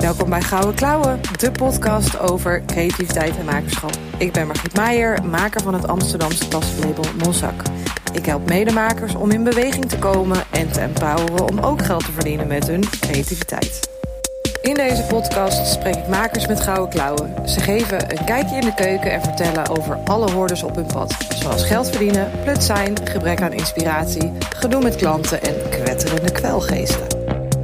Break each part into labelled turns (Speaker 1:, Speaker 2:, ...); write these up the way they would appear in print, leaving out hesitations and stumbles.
Speaker 1: Welkom bij Gouden Klauwen, de podcast over creativiteit en makerschap. Ik ben Margriet Meijer, maker van het Amsterdamse taslabel Mossack. Ik help medemakers om in beweging te komen en te empoweren om ook geld te verdienen met hun creativiteit. In deze podcast spreek ik makers met gouden klauwen. Ze geven een kijkje in de keuken en vertellen over alle hordes op hun pad. Zoals geld verdienen, plut zijn, gebrek aan inspiratie, gedoe met klanten en kwetterende kwelgeesten.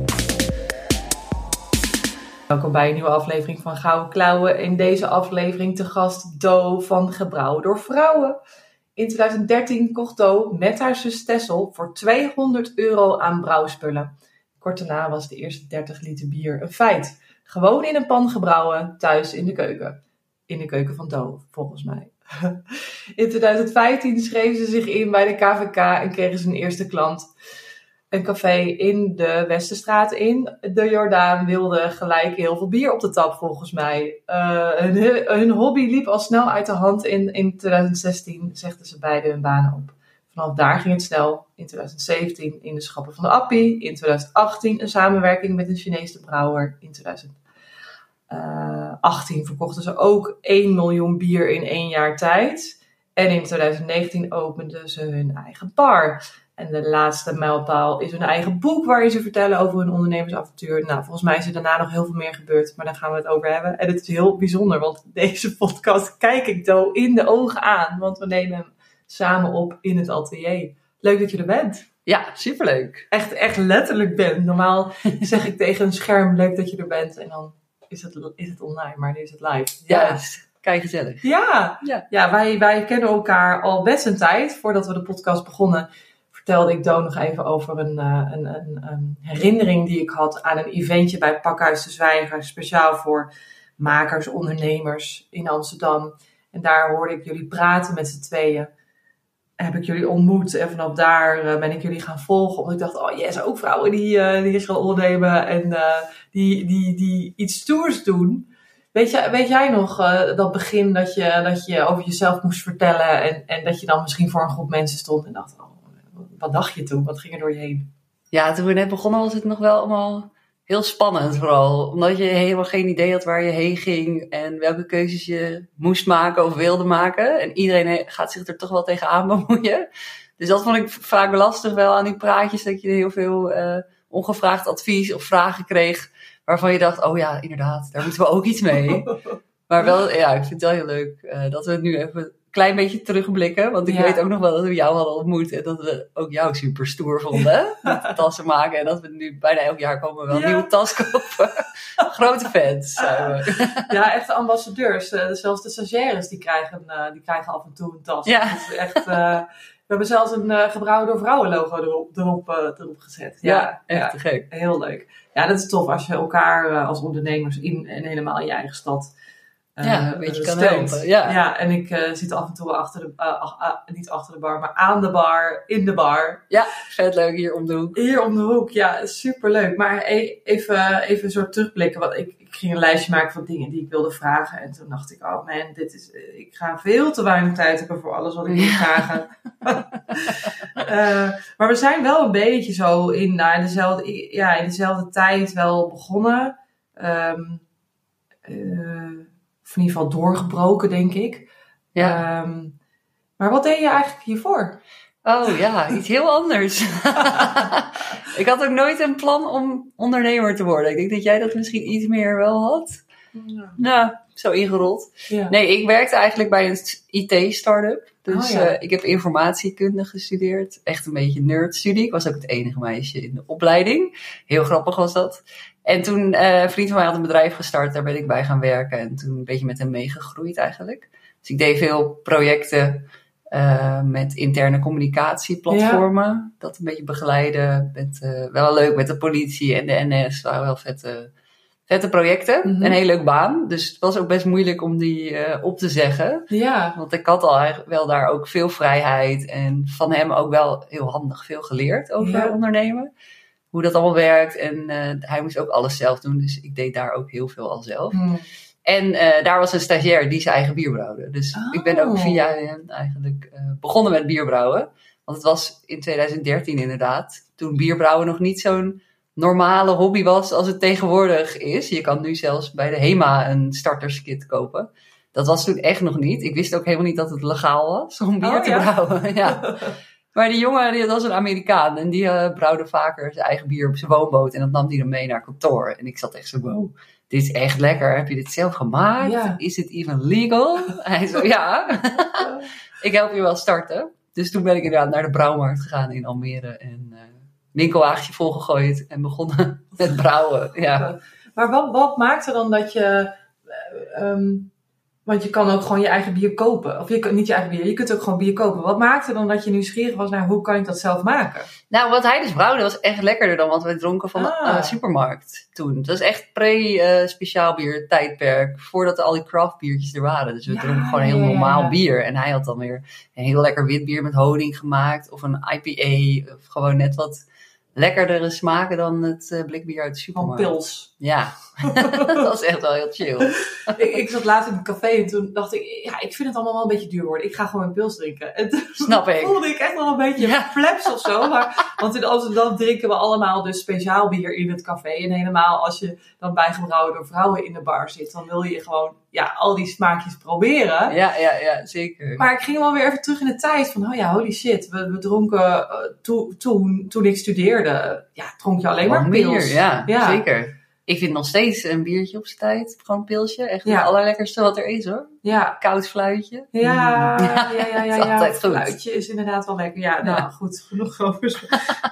Speaker 1: Welkom bij een nieuwe aflevering van Gouden Klauwen. In deze aflevering te gast Do van Gebrouwen door Vrouwen. In 2013 kocht Do met haar zus Tessel voor €200 aan brouwspullen. Kort daarna was de eerste 30 liter bier een feit. Gewoon in een pan gebrouwen, thuis in de keuken. In de keuken van Do, volgens mij. In 2015 schreef ze zich in bij de KVK en kregen ze een eerste klant. Een café in de Westerstraat in. De Jordaan wilde gelijk heel veel bier op de tap, volgens mij. Hun hobby liep al snel uit de hand. In 2016 zegden ze beide hun banen op. Vanaf daar ging het snel. In 2017 in de schappen van de Appie. In 2018 een samenwerking met een Chinese brouwer. In 2018 verkochten ze ook 1 miljoen bier in 1 jaar tijd. En in 2019 openden ze hun eigen bar. En de laatste mijlpaal is hun eigen boek waarin ze vertellen over hun ondernemersavontuur. Nou, volgens mij is er daarna nog heel veel meer gebeurd, maar daar gaan we het over hebben. En het is heel bijzonder, want deze podcast kijk ik Do in de ogen aan. Want we nemen hem samen op in het atelier. Leuk dat je er bent.
Speaker 2: Ja, superleuk.
Speaker 1: Echt letterlijk bent. Normaal zeg ik tegen een scherm, leuk dat je er bent. En dan is het online, maar nu is het live.
Speaker 2: Ja, kijk gezellig.
Speaker 1: Ja. Wij kennen elkaar al best een tijd. Voordat we de podcast begonnen, vertelde ik Do nog even over een herinnering die ik had aan een eventje bij Pakhuis de Zwijger. Speciaal voor makers, ondernemers in Amsterdam. En daar hoorde ik jullie praten met z'n tweeën. Heb ik jullie ontmoet en vanaf daar ben ik jullie gaan volgen. Omdat ik dacht, oh yes, ook vrouwen die gaan ondernemen en die iets stoers doen. Weet jij nog dat begin dat je over jezelf moest vertellen en dat je dan misschien voor een groep mensen stond en dacht, oh, wat dacht je toen? Wat ging er door je heen?
Speaker 2: Ja, toen we net begonnen was het nog wel allemaal heel spannend vooral. Omdat je helemaal geen idee had waar je heen ging en welke keuzes je moest maken of wilde maken. En iedereen gaat zich er toch wel tegenaan bemoeien. Dus dat vond ik vaak lastig wel aan die praatjes. Dat je heel veel ongevraagd advies of vragen kreeg waarvan je dacht, oh ja, inderdaad, daar moeten we ook iets mee. Maar wel, ja, ik vind het wel heel leuk dat we het nu even klein beetje terugblikken. Want ik weet ook nog wel dat we jou hadden ontmoet. En dat we ook jou super stoer vonden. Met tassen maken. En dat we nu bijna elk jaar komen wel een nieuwe tas kopen. Grote fans zijn we.
Speaker 1: Ja, echte ambassadeurs. Zelfs de stagiaires die krijgen af en toe een tas.
Speaker 2: Ja.
Speaker 1: Dat is echt, we hebben zelfs een Gebrouwen door Vrouwen logo erop gezet.
Speaker 2: Ja, echt te gek.
Speaker 1: Heel leuk. Ja, dat is tof als je elkaar als ondernemers in en helemaal in je eigen stad
Speaker 2: een beetje kan
Speaker 1: steunt.
Speaker 2: helpen.
Speaker 1: Ja, en ik zit af en toe niet achter de bar, maar aan de bar, in de bar.
Speaker 2: Ja, vet leuk, hier om de hoek.
Speaker 1: Hier om de hoek, ja, superleuk. Maar even een soort terugblikken. Want ik ging een lijstje maken van dingen die ik wilde vragen. En toen dacht ik, oh man, ik ga veel te weinig tijd hebben voor alles wat ik wil vragen. Maar we zijn wel een beetje zo in dezelfde tijd wel begonnen. Of in ieder geval doorgebroken, denk ik.
Speaker 2: Ja.
Speaker 1: Maar wat deed je eigenlijk hiervoor?
Speaker 2: Oh ja, iets heel anders. Ik had ook nooit een plan om ondernemer te worden. Ik denk dat jij dat misschien iets meer wel had.
Speaker 1: Ja.
Speaker 2: Nou, zo ingerold.
Speaker 1: Ja.
Speaker 2: Nee, ik werkte eigenlijk bij een IT-startup. Dus
Speaker 1: ja.
Speaker 2: Ik heb informatiekunde gestudeerd. Echt een beetje nerdstudie. Ik was ook het enige meisje in de opleiding. Heel grappig was dat. En toen een vriend van mij had een bedrijf gestart. Daar ben ik bij gaan werken. En toen een beetje met hem meegegroeid eigenlijk. Dus ik deed veel projecten met interne communicatieplatformen. Ja. Dat een beetje begeleiden. Wel leuk met de politie en de NS. Waren wel vette projecten. Mm-hmm. Een hele leuke baan. Dus het was ook best moeilijk om die op te zeggen.
Speaker 1: Ja.
Speaker 2: Want ik had al wel daar ook veel vrijheid. En van hem ook wel heel handig veel geleerd over ondernemen. Hoe dat allemaal werkt. En hij moest ook alles zelf doen. Dus ik deed daar ook heel veel al zelf. Mm. En daar was een stagiair die zijn eigen bier brouwde. Dus ik ben ook via hem eigenlijk begonnen met bierbrouwen. Want het was in 2013 inderdaad. Toen bierbrouwen nog niet zo'n normale hobby was als het tegenwoordig is. Je kan nu zelfs bij de HEMA een starterskit kopen. Dat was toen echt nog niet. Ik wist ook helemaal niet dat het legaal was om bier te brouwen. Ja. Maar die jongen, dat was een Amerikaan. En die brouwde vaker zijn eigen bier op zijn woonboot. En dat nam hij dan mee naar kantoor. En ik zat echt zo, wow, dit is echt lekker. Heb je dit zelf gemaakt? Ja. Is it even legal? Hij zo, ja. Ik help je wel starten. Dus toen ben ik inderdaad naar de brouwmarkt gegaan in Almere. En winkelwagentje volgegooid. En begonnen met brouwen. Ja.
Speaker 1: Maar wat maakte dan dat je... want je kan ook gewoon je eigen bier kopen. Of niet je eigen bier, je kunt ook gewoon bier kopen. Wat maakte dan dat je nieuwsgierig was naar hoe kan ik dat zelf maken?
Speaker 2: Nou, wat hij dus brouwde was echt lekkerder dan wat we dronken van de supermarkt toen. Het was echt pre-speciaal bier tijdperk. Voordat al die craft biertjes er waren. Dus we dronken gewoon heel normaal bier. En hij had dan weer een heel lekker wit bier met honing gemaakt. Of een IPA. Of gewoon net wat lekkerdere smaken dan het blikbier uit de supermarkt.
Speaker 1: Van pils.
Speaker 2: Ja, dat was echt wel heel chill.
Speaker 1: Ik zat laatst in een café en toen dacht ik, ja, ik vind het allemaal wel een beetje duur worden. Ik ga gewoon een pils drinken. En toen
Speaker 2: snap ik.
Speaker 1: voelde ik echt wel een beetje flaps of zo. Maar, want in Amsterdam drinken we allemaal dus speciaal bier in het café. En helemaal als je dan bijgebrouwen door vrouwen in de bar zit, dan wil je gewoon al die smaakjes proberen.
Speaker 2: Ja, zeker.
Speaker 1: Maar ik ging wel weer even terug in de tijd van, holy shit. We dronken toen ik studeerde, dronk je alleen maar pils.
Speaker 2: Ja, zeker. Ik vind nog steeds een biertje op zijn tijd. Gewoon een pilsje. Echt het allerlekkerste wat er is, hoor.
Speaker 1: Ja.
Speaker 2: Koud fluitje.
Speaker 1: Ja.
Speaker 2: Altijd goed.
Speaker 1: Fluitje is inderdaad wel lekker. Ja, nou goed. Genoeg over.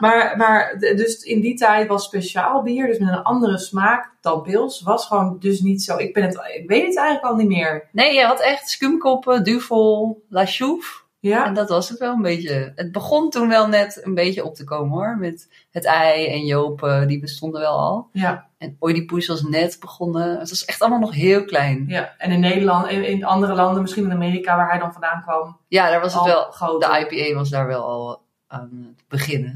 Speaker 1: Maar dus in die tijd was speciaal bier, dus met een andere smaak dan pils, was gewoon dus niet zo. Ik weet het eigenlijk al niet meer.
Speaker 2: Nee, je had echt skumkoppen, duvel, la chouffe.
Speaker 1: Ja.
Speaker 2: En dat was het wel een beetje. Het begon toen wel net een beetje op te komen, hoor. Met het ei en Joop, die bestonden wel al. Ja. En Oedipus was net begonnen. Het was echt allemaal nog heel klein.
Speaker 1: Ja, en in Nederland, in andere landen, misschien in Amerika, waar hij dan vandaan kwam.
Speaker 2: Ja, daar was het wel. Groter. De IPA was daar wel al aan het beginnen.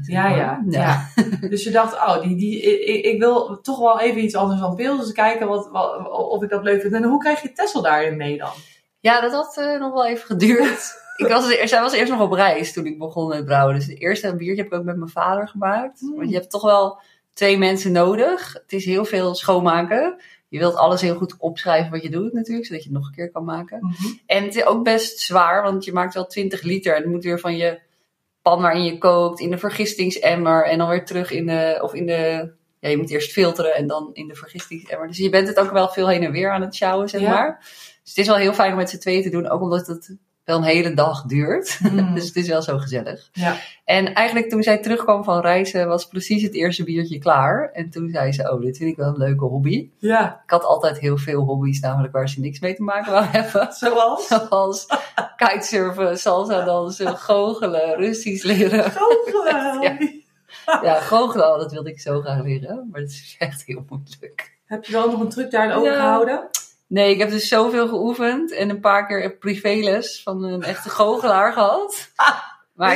Speaker 1: Ja. Dus je dacht, ik wil toch wel even iets anders dan pils. Dus kijken of ik dat leuk vind. En hoe krijg je Tessel daarin mee dan?
Speaker 2: Ja, dat had nog wel even geduurd. Zij was eerst nog op reis toen ik begon met brouwen. Dus het eerste biertje heb ik ook met mijn vader gemaakt. Want je hebt toch wel 2 mensen nodig. Het is heel veel schoonmaken. Je wilt alles heel goed opschrijven wat je doet natuurlijk. Zodat je het nog een keer kan maken. Mm-hmm. En het is ook best zwaar. Want je maakt wel 20 liter. En het moet weer van je pan waarin je kookt. In de vergistingsemmer. En dan weer terug in de... Ja, je moet eerst filteren en dan in de vergistingsemmer. Dus je bent het ook wel veel heen en weer aan het sjouwen, zeg maar. Dus het is wel heel fijn om met z'n tweeën te doen. Ook omdat het wel een hele dag duurt. Dus het is wel zo gezellig. Ja. En eigenlijk toen zij terugkwam van reizen, was precies het eerste biertje klaar. En toen zei ze, dit vind ik wel een leuke hobby. Ja. Ik had altijd heel veel hobby's, namelijk waar ze niks mee te maken wou hebben. Zoals kitesurfen, salsa dansen, goochelen, Russisch leren.
Speaker 1: Goochelen!
Speaker 2: Ja, goochelen, dat wilde ik zo graag leren. Maar dat is echt heel moeilijk.
Speaker 1: Heb je wel nog een truc daarin overgehouden?
Speaker 2: Nee, ik heb dus zoveel geoefend en een paar keer privéles van een echte goochelaar gehad. Maar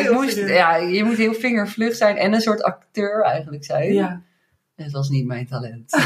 Speaker 2: je moet heel vingervlug zijn en een soort acteur eigenlijk zijn. Ja. Het was niet mijn talent.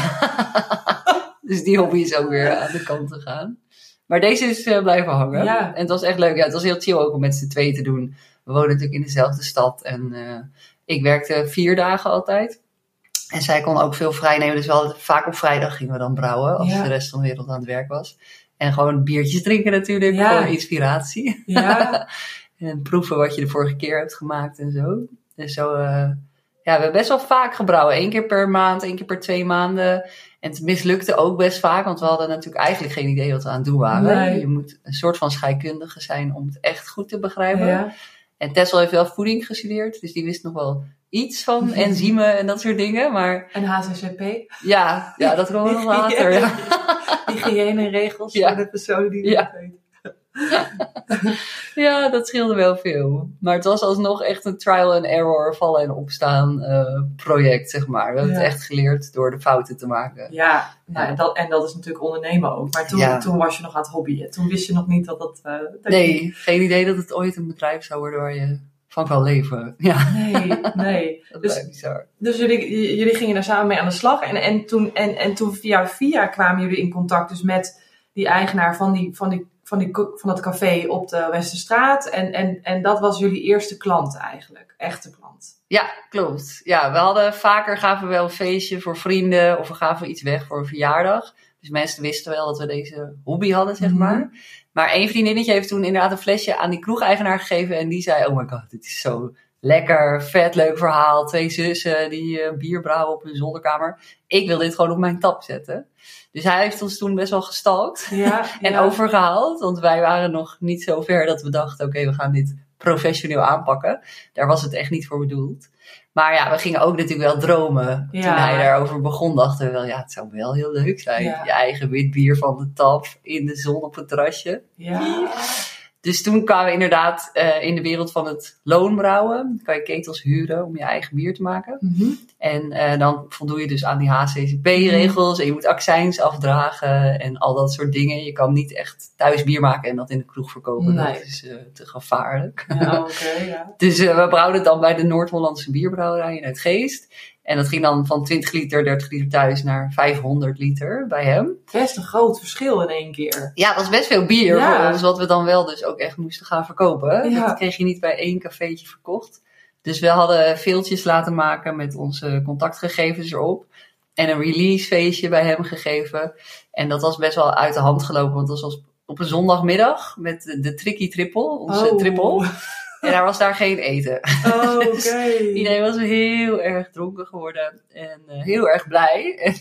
Speaker 2: Dus die hobby is ook weer aan de kant te gaan. Maar deze is blijven hangen. Ja. En het was echt leuk. Ja, het was heel chill ook om met z'n tweeën te doen. We wonen natuurlijk in dezelfde stad en ik werkte 4 dagen altijd. En zij kon ook veel vrij nemen. Dus vaak op vrijdag gingen we dan brouwen. Als de rest van de wereld aan het werk was. En gewoon biertjes drinken natuurlijk. Voor inspiratie. Ja. En proeven wat je de vorige keer hebt gemaakt en zo. Dus zo... we hebben best wel vaak gebrouwen. 1 keer per maand, 1 keer per 2 maanden. En het mislukte ook best vaak. Want we hadden natuurlijk eigenlijk geen idee wat we aan het doen waren. Nee. Je moet een soort van scheikundige zijn om het echt goed te begrijpen. Ja. En Tessel heeft wel voeding gestudeerd. Dus die wist nog wel iets van enzymen en dat soort dingen. Maar...
Speaker 1: En HCCP?
Speaker 2: Ja, dat komen we nog later. Ja.
Speaker 1: Hygiëneregels voor de personen die het weten.
Speaker 2: Ja, dat scheelde wel veel. Maar het was alsnog echt een trial and error, vallen en opstaan project, zeg maar. We hebben het echt geleerd door de fouten te maken.
Speaker 1: Ja, en dat is natuurlijk ondernemen ook. Maar toen was je nog aan het hobbyen. Toen wist je nog niet dat dat...
Speaker 2: Nee, geen idee dat het ooit een bedrijf zou worden waar je van kan leven. Ja.
Speaker 1: Nee.
Speaker 2: Dat is bizar.
Speaker 1: Dus jullie gingen daar samen mee aan de slag. En toen via kwamen jullie in contact dus met die eigenaar van van dat café op de Westerstraat. En dat was jullie eerste klant eigenlijk. Echte klant.
Speaker 2: Ja, klopt. Ja, gaven we wel een feestje voor vrienden. Of we gaven iets weg voor een verjaardag. Dus mensen wisten wel dat we deze hobby hadden, zeg maar. Maar één vriendinnetje heeft toen inderdaad een flesje aan die kroegeigenaar gegeven. En die zei, oh my god, dit is zo lekker, vet, leuk verhaal. 2 zussen die bier brouwen op hun zolderkamer. Ik wil dit gewoon op mijn tap zetten. Dus hij heeft ons toen best wel gestalkt en overgehaald. Want wij waren nog niet zo ver dat we dachten, oké, we gaan dit professioneel aanpakken. Daar was het echt niet voor bedoeld. Maar ja, we gingen ook natuurlijk wel dromen. Toen hij daarover begon, dachten we wel, ja, het zou wel heel leuk zijn. Ja. Je eigen wit bier van de tap in de zon op het terrasje. Ja. Dus toen kwamen we inderdaad in de wereld van het loonbrouwen. Dan kan je ketels huren om je eigen bier te maken. En dan voldoe je dus aan die HACCP-regels. En je moet accijns afdragen en al dat soort dingen. Je kan niet echt thuis bier maken en dat in de kroeg verkopen. Nee. Dat is te gevaarlijk. Ja, Dus we brouwden het dan bij de Noord-Hollandse bierbrouwerij in Uitgeest. En dat ging dan van 20 liter, 30 liter thuis naar 500 liter bij hem.
Speaker 1: Best een groot verschil in 1 keer.
Speaker 2: Ja, dat was best veel bier voor ons, wat we dan wel dus ook echt moesten gaan verkopen. Ja. Dat kreeg je niet bij 1 cafeetje verkocht. Dus we hadden veeltjes laten maken met onze contactgegevens erop. En een releasefeestje bij hem gegeven. En dat was best wel uit de hand gelopen, want dat was op een zondagmiddag met de Tricky Triple, onze triple. En daar was daar geen eten.
Speaker 1: Oh, oké.
Speaker 2: Iedereen was heel erg dronken geworden. En heel erg blij. En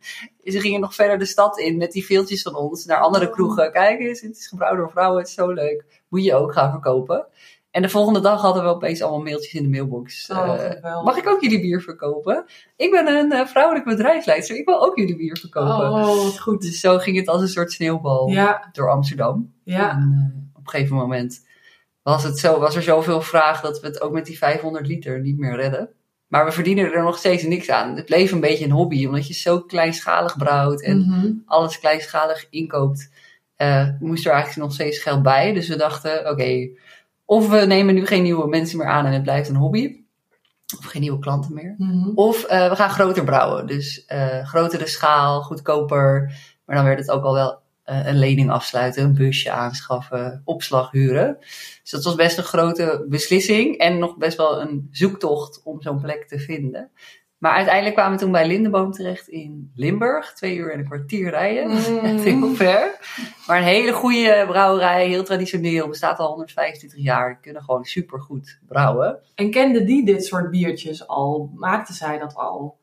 Speaker 2: ze gingen nog verder de stad in met die veeltjes van ons. Naar andere kroegen. Kijk eens, het is gebrouwen door vrouwen. Het is zo leuk. Moet je ook gaan verkopen. En de volgende dag hadden we opeens allemaal mailtjes in de mailbox. Mag ik ook jullie bier verkopen? Ik ben een vrouwelijk bedrijfsleidster. Ik wil ook jullie bier verkopen.
Speaker 1: Oh, wat goed.
Speaker 2: Dus zo ging het als een soort sneeuwbal door Amsterdam.
Speaker 1: Ja.
Speaker 2: En op een gegeven moment was er zoveel vraag dat we het ook met die 500 liter niet meer redden. Maar we verdienen er nog steeds niks aan. Het bleef een beetje een hobby, omdat je zo kleinschalig brouwt en alles kleinschalig inkoopt. Moest er eigenlijk nog steeds geld bij. Dus we dachten, oké, of we nemen nu geen nieuwe mensen meer aan en het blijft een hobby. Of geen nieuwe klanten meer. Of we gaan groter brouwen. Dus grotere schaal, goedkoper. Maar dan werd het ook al wel een lening afsluiten, een busje aanschaffen, opslag huren. Dus dat was best een grote beslissing en nog best wel een zoektocht om zo'n plek te vinden. Maar uiteindelijk kwamen we toen bij Lindeboom terecht in Limburg. 2 uur en een kwartier rijden. Echt heel ver. Maar een hele goede brouwerij, heel traditioneel. Bestaat al 125 jaar. Die kunnen gewoon supergoed brouwen.
Speaker 1: En kende die dit soort biertjes al? Maakten zij dat al?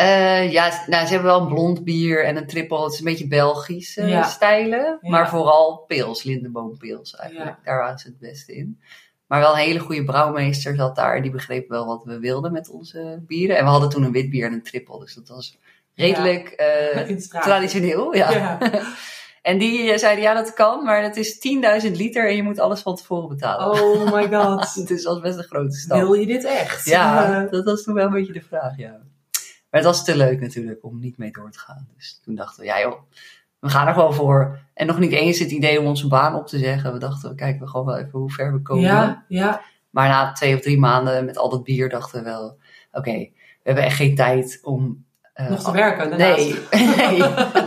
Speaker 2: Ze hebben wel een blond bier en een triple. Het is een beetje Belgische stijlen. Ja. Maar vooral pils, Lindeboom pils eigenlijk. Ja. Daar waren ze het beste in. Maar wel een hele goede brouwmeester zat daar. Die begreep wel wat we wilden met onze bieren. En we hadden toen een wit bier en een triple. Dus dat was redelijk traditioneel. Ja. En die zeiden, dat kan. Maar het is 10.000 liter en je moet alles van tevoren betalen.
Speaker 1: Oh my god.
Speaker 2: Dus dat was best een grote stap.
Speaker 1: Wil je dit echt?
Speaker 2: Ja, dat was toen wel een beetje de vraag, Maar het was te leuk natuurlijk om niet mee door te gaan. Dus toen dachten we, we gaan er gewoon voor. En nog niet eens het idee om onze baan op te zeggen. We dachten, we kijken gewoon wel even hoe ver we komen. Ja. Maar na 2 of 3 maanden met al dat bier dachten we wel, oké, we hebben echt geen tijd om...
Speaker 1: nog te werken
Speaker 2: daarnaast. Nee.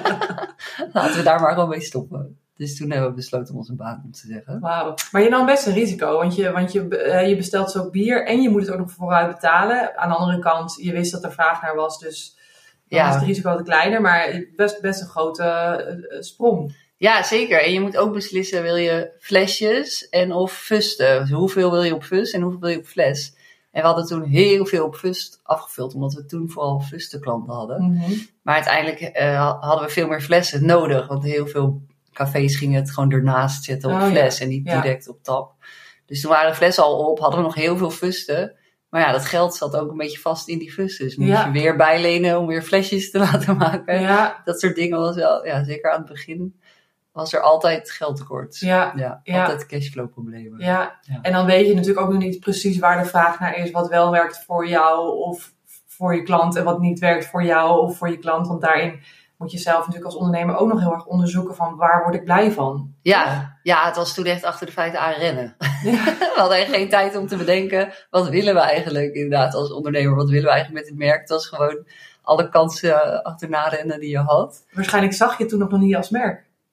Speaker 2: Laten we daar maar gewoon mee stoppen. Dus toen hebben we besloten om onze baan op te zeggen.
Speaker 1: Wauw. Maar je nam best een risico. Want je bestelt zo bier en je moet het ook nog vooruit betalen. Aan de andere kant, je wist dat er vraag naar was. Dus dan is het risico wat kleiner. Maar best een grote sprong.
Speaker 2: Ja, zeker. En je moet ook beslissen, wil je flesjes en of fusten? Dus hoeveel wil je op fust en hoeveel wil je op fles? En we hadden toen heel veel op fust afgevuld. Omdat we toen vooral fustenklanten hadden. Maar uiteindelijk hadden we veel meer flessen nodig. Want heel veel cafés gingen het gewoon ernaast zetten op fles en niet direct op tap. Dus toen waren de flessen al op, hadden we nog heel veel fusten. Maar dat geld zat ook een beetje vast in die fusten. Dus moest je weer bijlenen om weer flesjes te laten maken. Ja. Dat soort dingen was wel, zeker aan het begin, was er altijd geldtekort. Altijd cashflow problemen.
Speaker 1: Ja. En dan weet je natuurlijk ook nog niet precies waar de vraag naar is. Wat wel werkt voor jou of voor je klant en wat niet werkt voor jou of voor je klant. Want daarin moet je zelf natuurlijk als ondernemer ook nog heel erg onderzoeken van waar word ik blij van.
Speaker 2: Ja, het was toen echt achter de feiten aan rennen. We hadden echt geen tijd om te bedenken, wat willen we eigenlijk inderdaad als ondernemer? Wat willen we eigenlijk met het merk? Het was gewoon alle kansen achterna rennen die je had.
Speaker 1: Waarschijnlijk zag je het toen nog niet als merk.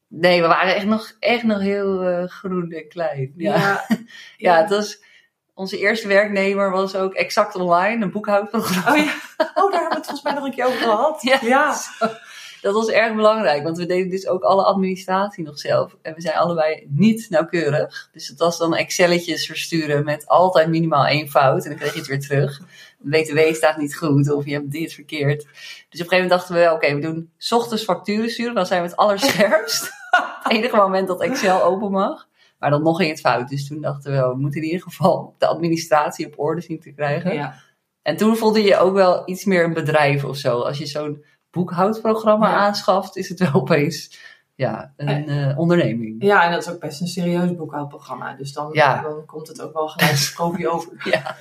Speaker 2: Nee, we waren echt nog heel groen en klein. Ja, het was... Onze eerste werknemer was ook Exact Online, een boekhoudprogramma.
Speaker 1: Oh ja, daar hebben we het volgens mij nog een keer over gehad.
Speaker 2: Ja. Dat was erg belangrijk, want we deden dus ook alle administratie nog zelf. En we zijn allebei niet nauwkeurig. Dus het was dan Excelletjes versturen met altijd minimaal 1 fout. En dan kreeg je het weer terug. De BTW staat niet goed of je hebt dit verkeerd. Dus op een gegeven moment dachten we wel, oké, we doen 's ochtends facturen sturen. Dan zijn we het allerscherpst. Het enige moment dat Excel open mag. Maar dan nog ging het fout. Dus toen dachten we moeten in ieder geval de administratie op orde zien te krijgen.
Speaker 1: Ja.
Speaker 2: En toen voelde je ook wel iets meer een bedrijf of zo. Als je zo'n boekhoudprogramma aanschaft, is het wel opeens een onderneming.
Speaker 1: Ja, en dat is ook best een serieus boekhoudprogramma. Dus dan komt het ook wel gelijk kopie over.
Speaker 2: Ja.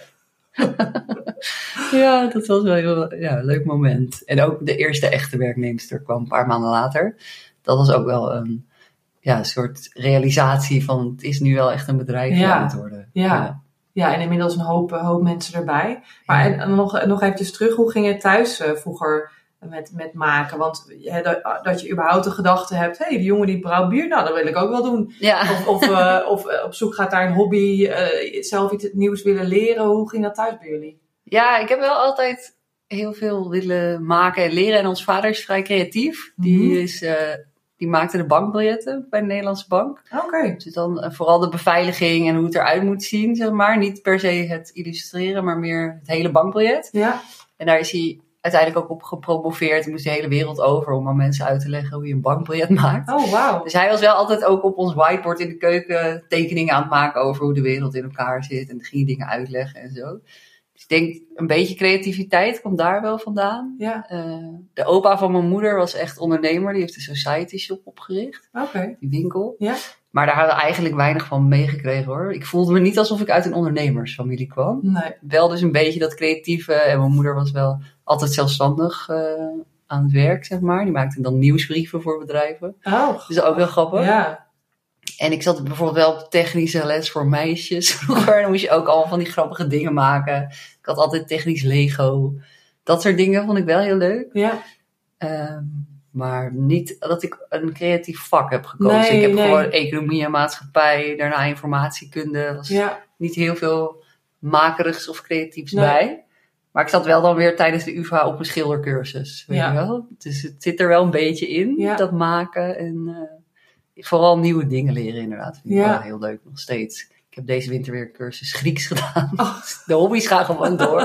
Speaker 2: Ja, dat was wel een leuk moment. En ook de eerste echte werknemster kwam een paar maanden later. Dat was ook wel een soort realisatie van het is nu wel echt een bedrijf aan het worden.
Speaker 1: Ja, en inmiddels een hoop mensen erbij. Maar en nog eventjes terug, hoe ging het thuis vroeger met maken? Want dat je überhaupt de gedachte hebt, die jongen die brouwt bier, nou dat wil ik ook wel doen.
Speaker 2: Ja.
Speaker 1: Of op zoek gaat naar een hobby, zelf iets nieuws willen leren. Hoe ging dat thuis bij jullie?
Speaker 2: Ja, ik heb wel altijd heel veel willen maken en leren. En ons vader is vrij creatief. Die maakte de bankbiljetten bij de Nederlandse Bank.
Speaker 1: Oké.
Speaker 2: Dus dan vooral de beveiliging en hoe het eruit moet zien, zeg maar. Niet per se het illustreren, maar meer het hele bankbiljet.
Speaker 1: Ja.
Speaker 2: En daar is hij uiteindelijk ook op gepromoveerd. Hij moest de hele wereld over om aan mensen uit te leggen hoe je een bankbiljet maakt.
Speaker 1: Oh, wauw.
Speaker 2: Dus hij was wel altijd ook op ons whiteboard in de keuken tekeningen aan het maken over hoe de wereld in elkaar zit. En dan ging hij dingen uitleggen en zo. Dus ik denk, een beetje creativiteit komt daar wel vandaan.
Speaker 1: Ja.
Speaker 2: De opa van mijn moeder was echt ondernemer. Die heeft de Society Shop opgericht.
Speaker 1: Oké.
Speaker 2: Die winkel.
Speaker 1: Ja.
Speaker 2: Maar daar hadden we eigenlijk weinig van meegekregen hoor. Ik voelde me niet alsof ik uit een ondernemersfamilie kwam.
Speaker 1: Nee.
Speaker 2: Wel dus een beetje dat creatieve. En mijn moeder was wel altijd zelfstandig aan het werk, zeg maar. Die maakte dan nieuwsbrieven voor bedrijven.
Speaker 1: Oh.
Speaker 2: Dus ook wel grappig.
Speaker 1: Ja.
Speaker 2: En ik zat bijvoorbeeld wel op technische les voor meisjes vroeger. Dan moest je ook allemaal van die grappige dingen maken. Ik had altijd technisch Lego. Dat soort dingen vond ik wel heel leuk.
Speaker 1: Ja.
Speaker 2: Maar niet dat ik een creatief vak heb gekozen.
Speaker 1: Nee,
Speaker 2: ik heb gewoon economie en maatschappij, daarna informatiekunde. Er was niet heel veel makerigs of creatiefs bij. Maar ik zat wel dan weer tijdens de UvA op een schildercursus. Weet je wel? Dus het zit er wel een beetje in, dat maken. En vooral nieuwe dingen leren inderdaad. Vind ik wel heel leuk nog steeds. Ik heb deze winter weer een cursus Grieks gedaan. Oh. De hobby's gaan gewoon door.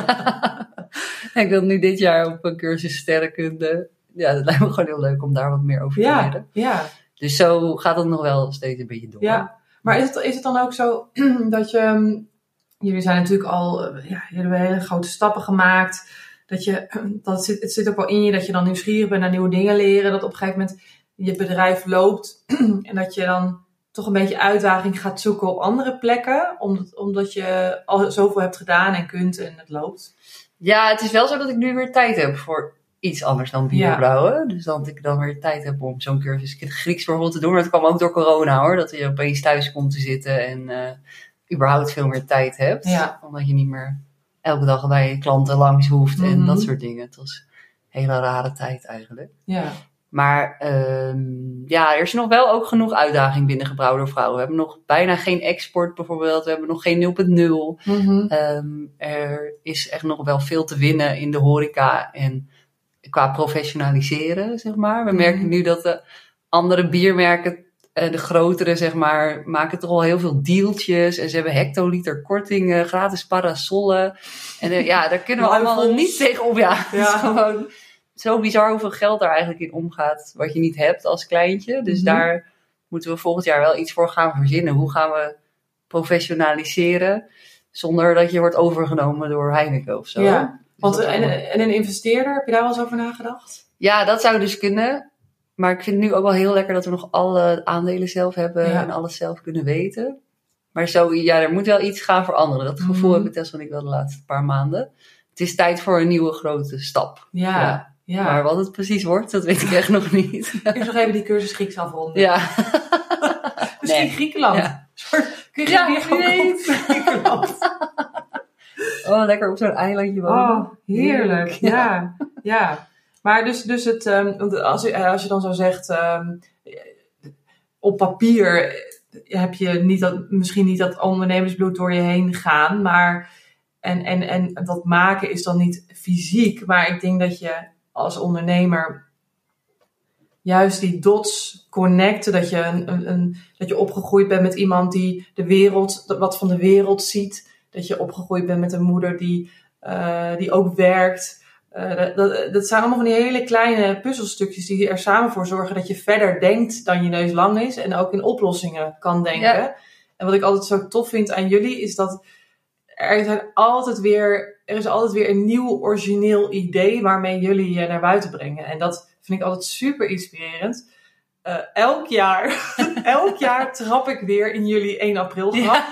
Speaker 2: En ik wil nu dit jaar op een cursus sterrenkunde. Ja, dat lijkt me gewoon heel leuk om daar wat meer over te leren.
Speaker 1: Ja.
Speaker 2: Dus zo gaat het nog wel steeds een beetje door.
Speaker 1: Ja, maar is het dan ook zo dat je... Jullie zijn natuurlijk al... jullie hebben hele grote stappen gemaakt. Het zit ook wel in je dat je dan nieuwsgierig bent naar nieuwe dingen leren. Dat op een gegeven moment je bedrijf loopt. En dat je dan toch een beetje uitdaging gaat zoeken op andere plekken. Omdat je al zoveel hebt gedaan en kunt en het loopt.
Speaker 2: Ja, het is wel zo dat ik nu weer tijd heb voor iets anders dan bierbrouwen. Dus dat ik dan weer tijd heb om zo'n cursus Grieks bijvoorbeeld te doen. Maar dat kwam ook door corona hoor. Dat je opeens thuis komt te zitten en überhaupt veel meer tijd hebt.
Speaker 1: Ja.
Speaker 2: Omdat je niet meer elke dag bij je klanten langs hoeft en dat soort dingen. Het was een hele rare tijd eigenlijk.
Speaker 1: Ja.
Speaker 2: Maar er is nog wel ook genoeg uitdaging binnen Gebrouwen door Vrouwen. We hebben nog bijna geen export bijvoorbeeld. We hebben nog geen 0.0.
Speaker 1: Mm-hmm.
Speaker 2: Er is echt nog wel veel te winnen in de horeca en qua professionaliseren, zeg maar. We merken nu dat de andere biermerken, de grotere, zeg maar, maken toch al heel veel dealtjes. En ze hebben hectoliter kortingen, gratis parasollen. En daar kunnen we allemaal niet tegen op. Ja, het is gewoon zo bizar hoeveel geld daar eigenlijk in omgaat, wat je niet hebt als kleintje. Dus daar moeten we volgend jaar wel iets voor gaan verzinnen. Hoe gaan we professionaliseren zonder dat je wordt overgenomen door Heineken of zo.
Speaker 1: Ja, want en een investeerder, heb je daar wel eens over nagedacht?
Speaker 2: Ja, dat zou dus kunnen. Maar ik vind het nu ook wel heel lekker dat we nog alle aandelen zelf hebben en alles zelf kunnen weten. Maar er moet wel iets gaan veranderen. Dat gevoel heb ik Tessa en ik wel de laatste paar maanden. Het is tijd voor een nieuwe grote stap.
Speaker 1: Ja.
Speaker 2: Maar wat het precies wordt, dat weet ik echt nog niet.
Speaker 1: Eerst nog even die cursus Grieks afronden.
Speaker 2: Ja.
Speaker 1: Misschien Griekenland. Ja. Kun je weer gewoon Griekenland.
Speaker 2: Oh, lekker op zo'n eilandje wonen.
Speaker 1: Oh, heerlijk. Ja. Maar dus het, als je dan zo zegt, op papier heb je misschien niet dat ondernemersbloed door je heen gaan. Maar, en dat maken is dan niet fysiek. Maar ik denk dat je als ondernemer juist die dots connecten. Dat je opgegroeid bent met iemand die wat van de wereld ziet. Dat je opgegroeid bent met een moeder die ook werkt. Dat zijn allemaal van die hele kleine puzzelstukjes die er samen voor zorgen dat je verder denkt dan je neus lang is. En ook in oplossingen kan denken. Ja. En wat ik altijd zo tof vind aan jullie is dat er is altijd weer een nieuw origineel idee waarmee jullie je naar buiten brengen. En dat vind ik altijd super inspirerend. Elk jaar trap ik weer in jullie 1 april grap. Ja.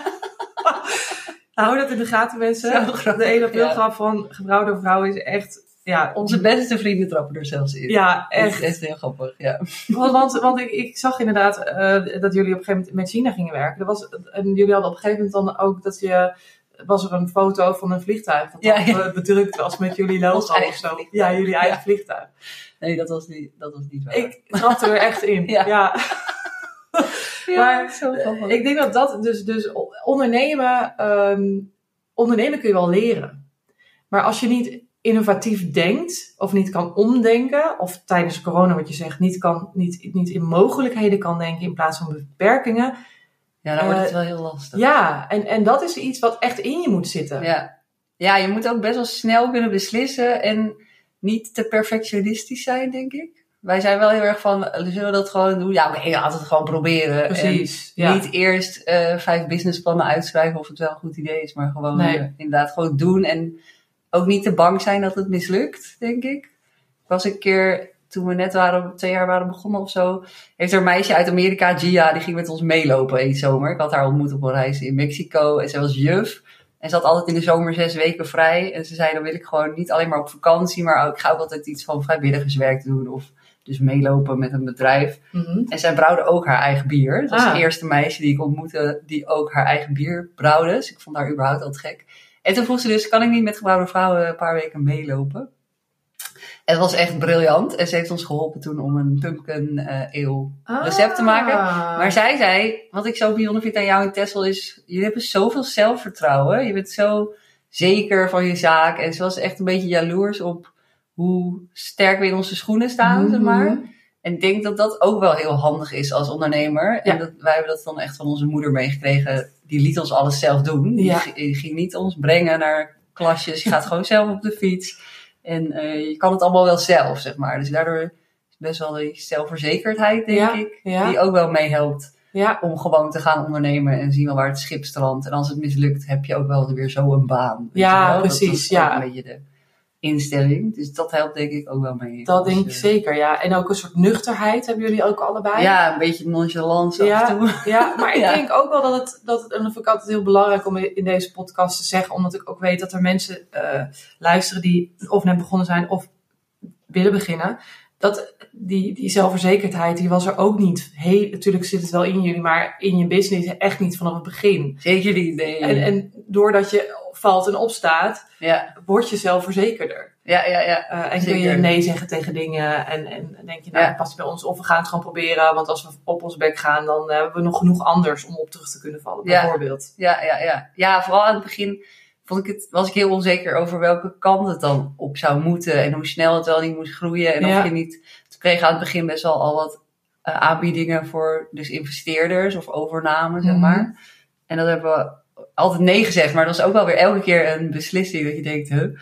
Speaker 1: Hou dat in de gaten, mensen. De 1 april grap van Gebrouwen door Vrouwen is echt... Ja,
Speaker 2: onze beste vrienden trappen er zelfs in.
Speaker 1: Ja, echt.
Speaker 2: Dat is echt heel grappig, ja.
Speaker 1: Want ik zag inderdaad dat jullie op een gegeven moment met China gingen werken. En jullie hadden op een gegeven moment dan ook was er een foto van een vliegtuig dat bedrukt was met jullie logo of zo. Ja, jullie eigen vliegtuig.
Speaker 2: Nee, dat was niet waar.
Speaker 1: Ik trapte er echt in. Ja. Maar
Speaker 2: zo grappig.
Speaker 1: Ik denk dat dus ondernemen kun je wel leren. Maar als je niet innovatief denkt of niet kan omdenken, of tijdens corona wat je zegt, niet in mogelijkheden kan denken in plaats van beperkingen.
Speaker 2: Ja, dan wordt het wel heel lastig.
Speaker 1: Ja, en dat is iets wat echt in je moet zitten.
Speaker 2: Ja, je moet ook best wel snel kunnen beslissen en niet te perfectionistisch zijn, denk ik. Wij zijn wel heel erg van, zullen we dat gewoon doen? Ja, oké, laten we het gewoon proberen.
Speaker 1: Precies,
Speaker 2: en niet eerst 5 businessplannen uitschrijven of het wel een goed idee is, maar gewoon inderdaad gewoon doen en ook niet te bang zijn dat het mislukt, denk ik. Ik was een keer, toen we net 2 jaar waren begonnen of zo, heeft er een meisje uit Amerika, Gia, die ging met ons meelopen in de zomer. Ik had haar ontmoet op een reis in Mexico en zij was juf. En ze had altijd in de zomer 6 weken vrij. En ze zei, dan wil ik gewoon niet alleen maar op vakantie, maar ook, ik ga ook altijd iets van vrijwilligerswerk doen of dus meelopen met een bedrijf. Mm-hmm. En zij brouwde ook haar eigen bier. Dat was het eerste meisje die ik ontmoette die ook haar eigen bier brouwde. Dus ik vond haar überhaupt altijd gek. En toen vroeg ze dus, kan ik niet met Gebrouwen door Vrouwen een paar weken meelopen? En dat was echt briljant. En ze heeft ons geholpen toen om een pumpkin ale recept te maken. Maar zij zei, wat ik zo bijzonder vind aan jou en Tessel is, jullie hebben zoveel zelfvertrouwen. Je bent zo zeker van je zaak. En ze was echt een beetje jaloers op hoe sterk we in onze schoenen staan, zeg maar. En ik denk dat dat ook wel heel handig is als ondernemer. Ja. En wij hebben dat dan echt van onze moeder meegekregen. Die liet ons alles zelf doen. Ja. Die ging niet ons brengen naar klasjes. Je gaat gewoon zelf op de fiets. En je kan het allemaal wel zelf, zeg maar. Dus daardoor is best wel die zelfverzekerdheid, denk ik. Ja. Die ook wel meehelpt om gewoon te gaan ondernemen. En zien wel waar het schip strandt. En als het mislukt, heb je ook wel weer zo een baan.
Speaker 1: Ja, precies.
Speaker 2: Dat is ook een beetje de instelling. Dus dat helpt denk ik ook wel mee.
Speaker 1: Dat denk ik zeker, ja. En ook een soort nuchterheid hebben jullie ook allebei.
Speaker 2: Ja, een beetje nonchalance af en toe.
Speaker 1: Ja, maar ik denk ook wel dat het, en dat vind ik altijd heel belangrijk om in deze podcast te zeggen, omdat ik ook weet dat er mensen luisteren die of net begonnen zijn of willen beginnen. Dat die zelfverzekerdheid, die was er ook niet. Natuurlijk zit het wel in jullie, maar in je business echt niet vanaf het begin.
Speaker 2: Zeker niet, nee.
Speaker 1: En doordat je valt en opstaat, word je zelfverzekerder.
Speaker 2: Ja.
Speaker 1: En kun je nee zeggen tegen dingen. En denk je, nou, past bij ons. Of we gaan het gewoon proberen. Want als we op ons bek gaan, dan hebben we nog genoeg anders om op terug te kunnen vallen. Bijvoorbeeld.
Speaker 2: Ja, vooral aan het begin was ik heel onzeker over welke kant het dan op zou moeten. En hoe snel het wel niet moest groeien. En of je niet... Toen kreeg aan het begin best wel al wat aanbiedingen voor dus investeerders of overname, zeg maar. En dat hebben we altijd nee gezegd. Maar dat was ook wel weer elke keer een beslissing dat je denkt,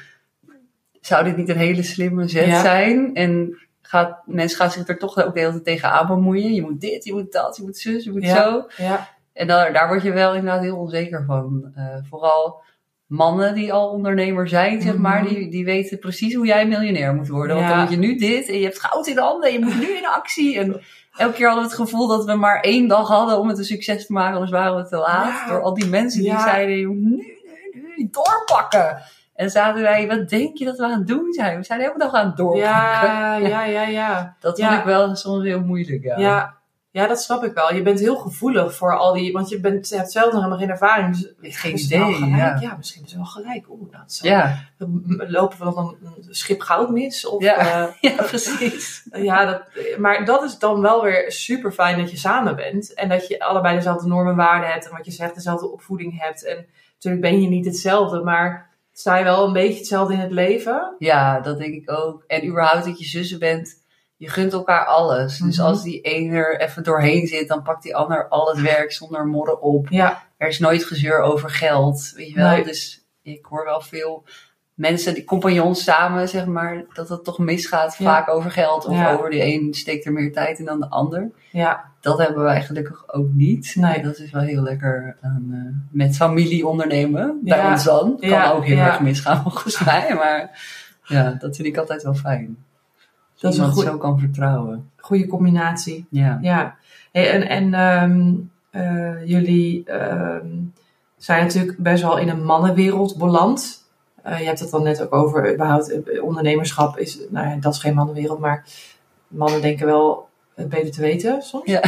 Speaker 2: zou dit niet een hele slimme zet zijn? En mensen gaan zich er toch ook de hele tijd tegenaan bemoeien. Je moet dit, je moet dat, je moet zus, je moet zo. Ja. En daar word je wel inderdaad heel onzeker van. Vooral mannen die al ondernemer zijn, zeg maar, die weten precies hoe jij miljonair moet worden. Want dan moet je nu dit en je hebt goud in de handen en je moet nu in actie. En elke keer hadden we het gevoel dat we maar 1 dag hadden om het een succes te maken, anders waren we te laat. Ja. Door al die mensen die zeiden, je moet nu doorpakken. En zaten wij, wat denk je dat we aan het doen zijn? We zijn de hele dag aan het doorpakken.
Speaker 1: Ja.
Speaker 2: Dat vond ik wel soms heel moeilijk.
Speaker 1: Ja, Ja, dat snap ik wel. Je bent heel gevoelig voor al die... Want je hebt zelf nog helemaal geen ervaring. Dus
Speaker 2: Geen
Speaker 1: misschien wel
Speaker 2: idee,
Speaker 1: gelijk.
Speaker 2: ja.
Speaker 1: Ja, misschien is het wel gelijk. Dat zo.
Speaker 2: Ja,
Speaker 1: Lopen we dan een schip goud mis? Of,
Speaker 2: ja. Ja, precies.
Speaker 1: Maar dat is dan wel weer super fijn dat je samen bent. En dat je allebei dezelfde normen en waarden hebt. En wat je zegt, dezelfde opvoeding hebt. En natuurlijk ben je niet hetzelfde. Maar sta je wel een beetje hetzelfde in het leven?
Speaker 2: Ja, dat denk ik ook. En überhaupt dat je zussen bent, je gunt elkaar alles. Dus als die een er even doorheen zit, dan pakt die ander al het werk zonder morren op.
Speaker 1: Ja.
Speaker 2: Er is nooit gezeur over geld, weet je wel.
Speaker 1: Nee.
Speaker 2: Dus ik hoor wel veel mensen, die compagnons samen, zeg maar, dat het toch misgaat vaak over geld. Of over de een steekt er meer tijd in dan de ander.
Speaker 1: Ja.
Speaker 2: Dat hebben wij gelukkig ook niet.
Speaker 1: Nee.
Speaker 2: Dat is wel heel lekker met familie ondernemen. Bij ons dan. Kan ook heel erg misgaan volgens mij. Maar ja, dat vind ik altijd wel fijn. Dat iemand zo kan vertrouwen.
Speaker 1: Goede combinatie.
Speaker 2: Ja.
Speaker 1: Hey, jullie zijn natuurlijk best wel in een mannenwereld beland. Je hebt het dan net ook over überhaupt ondernemerschap. Dat is geen mannenwereld, maar mannen denken wel het beter te weten soms.
Speaker 2: Ja.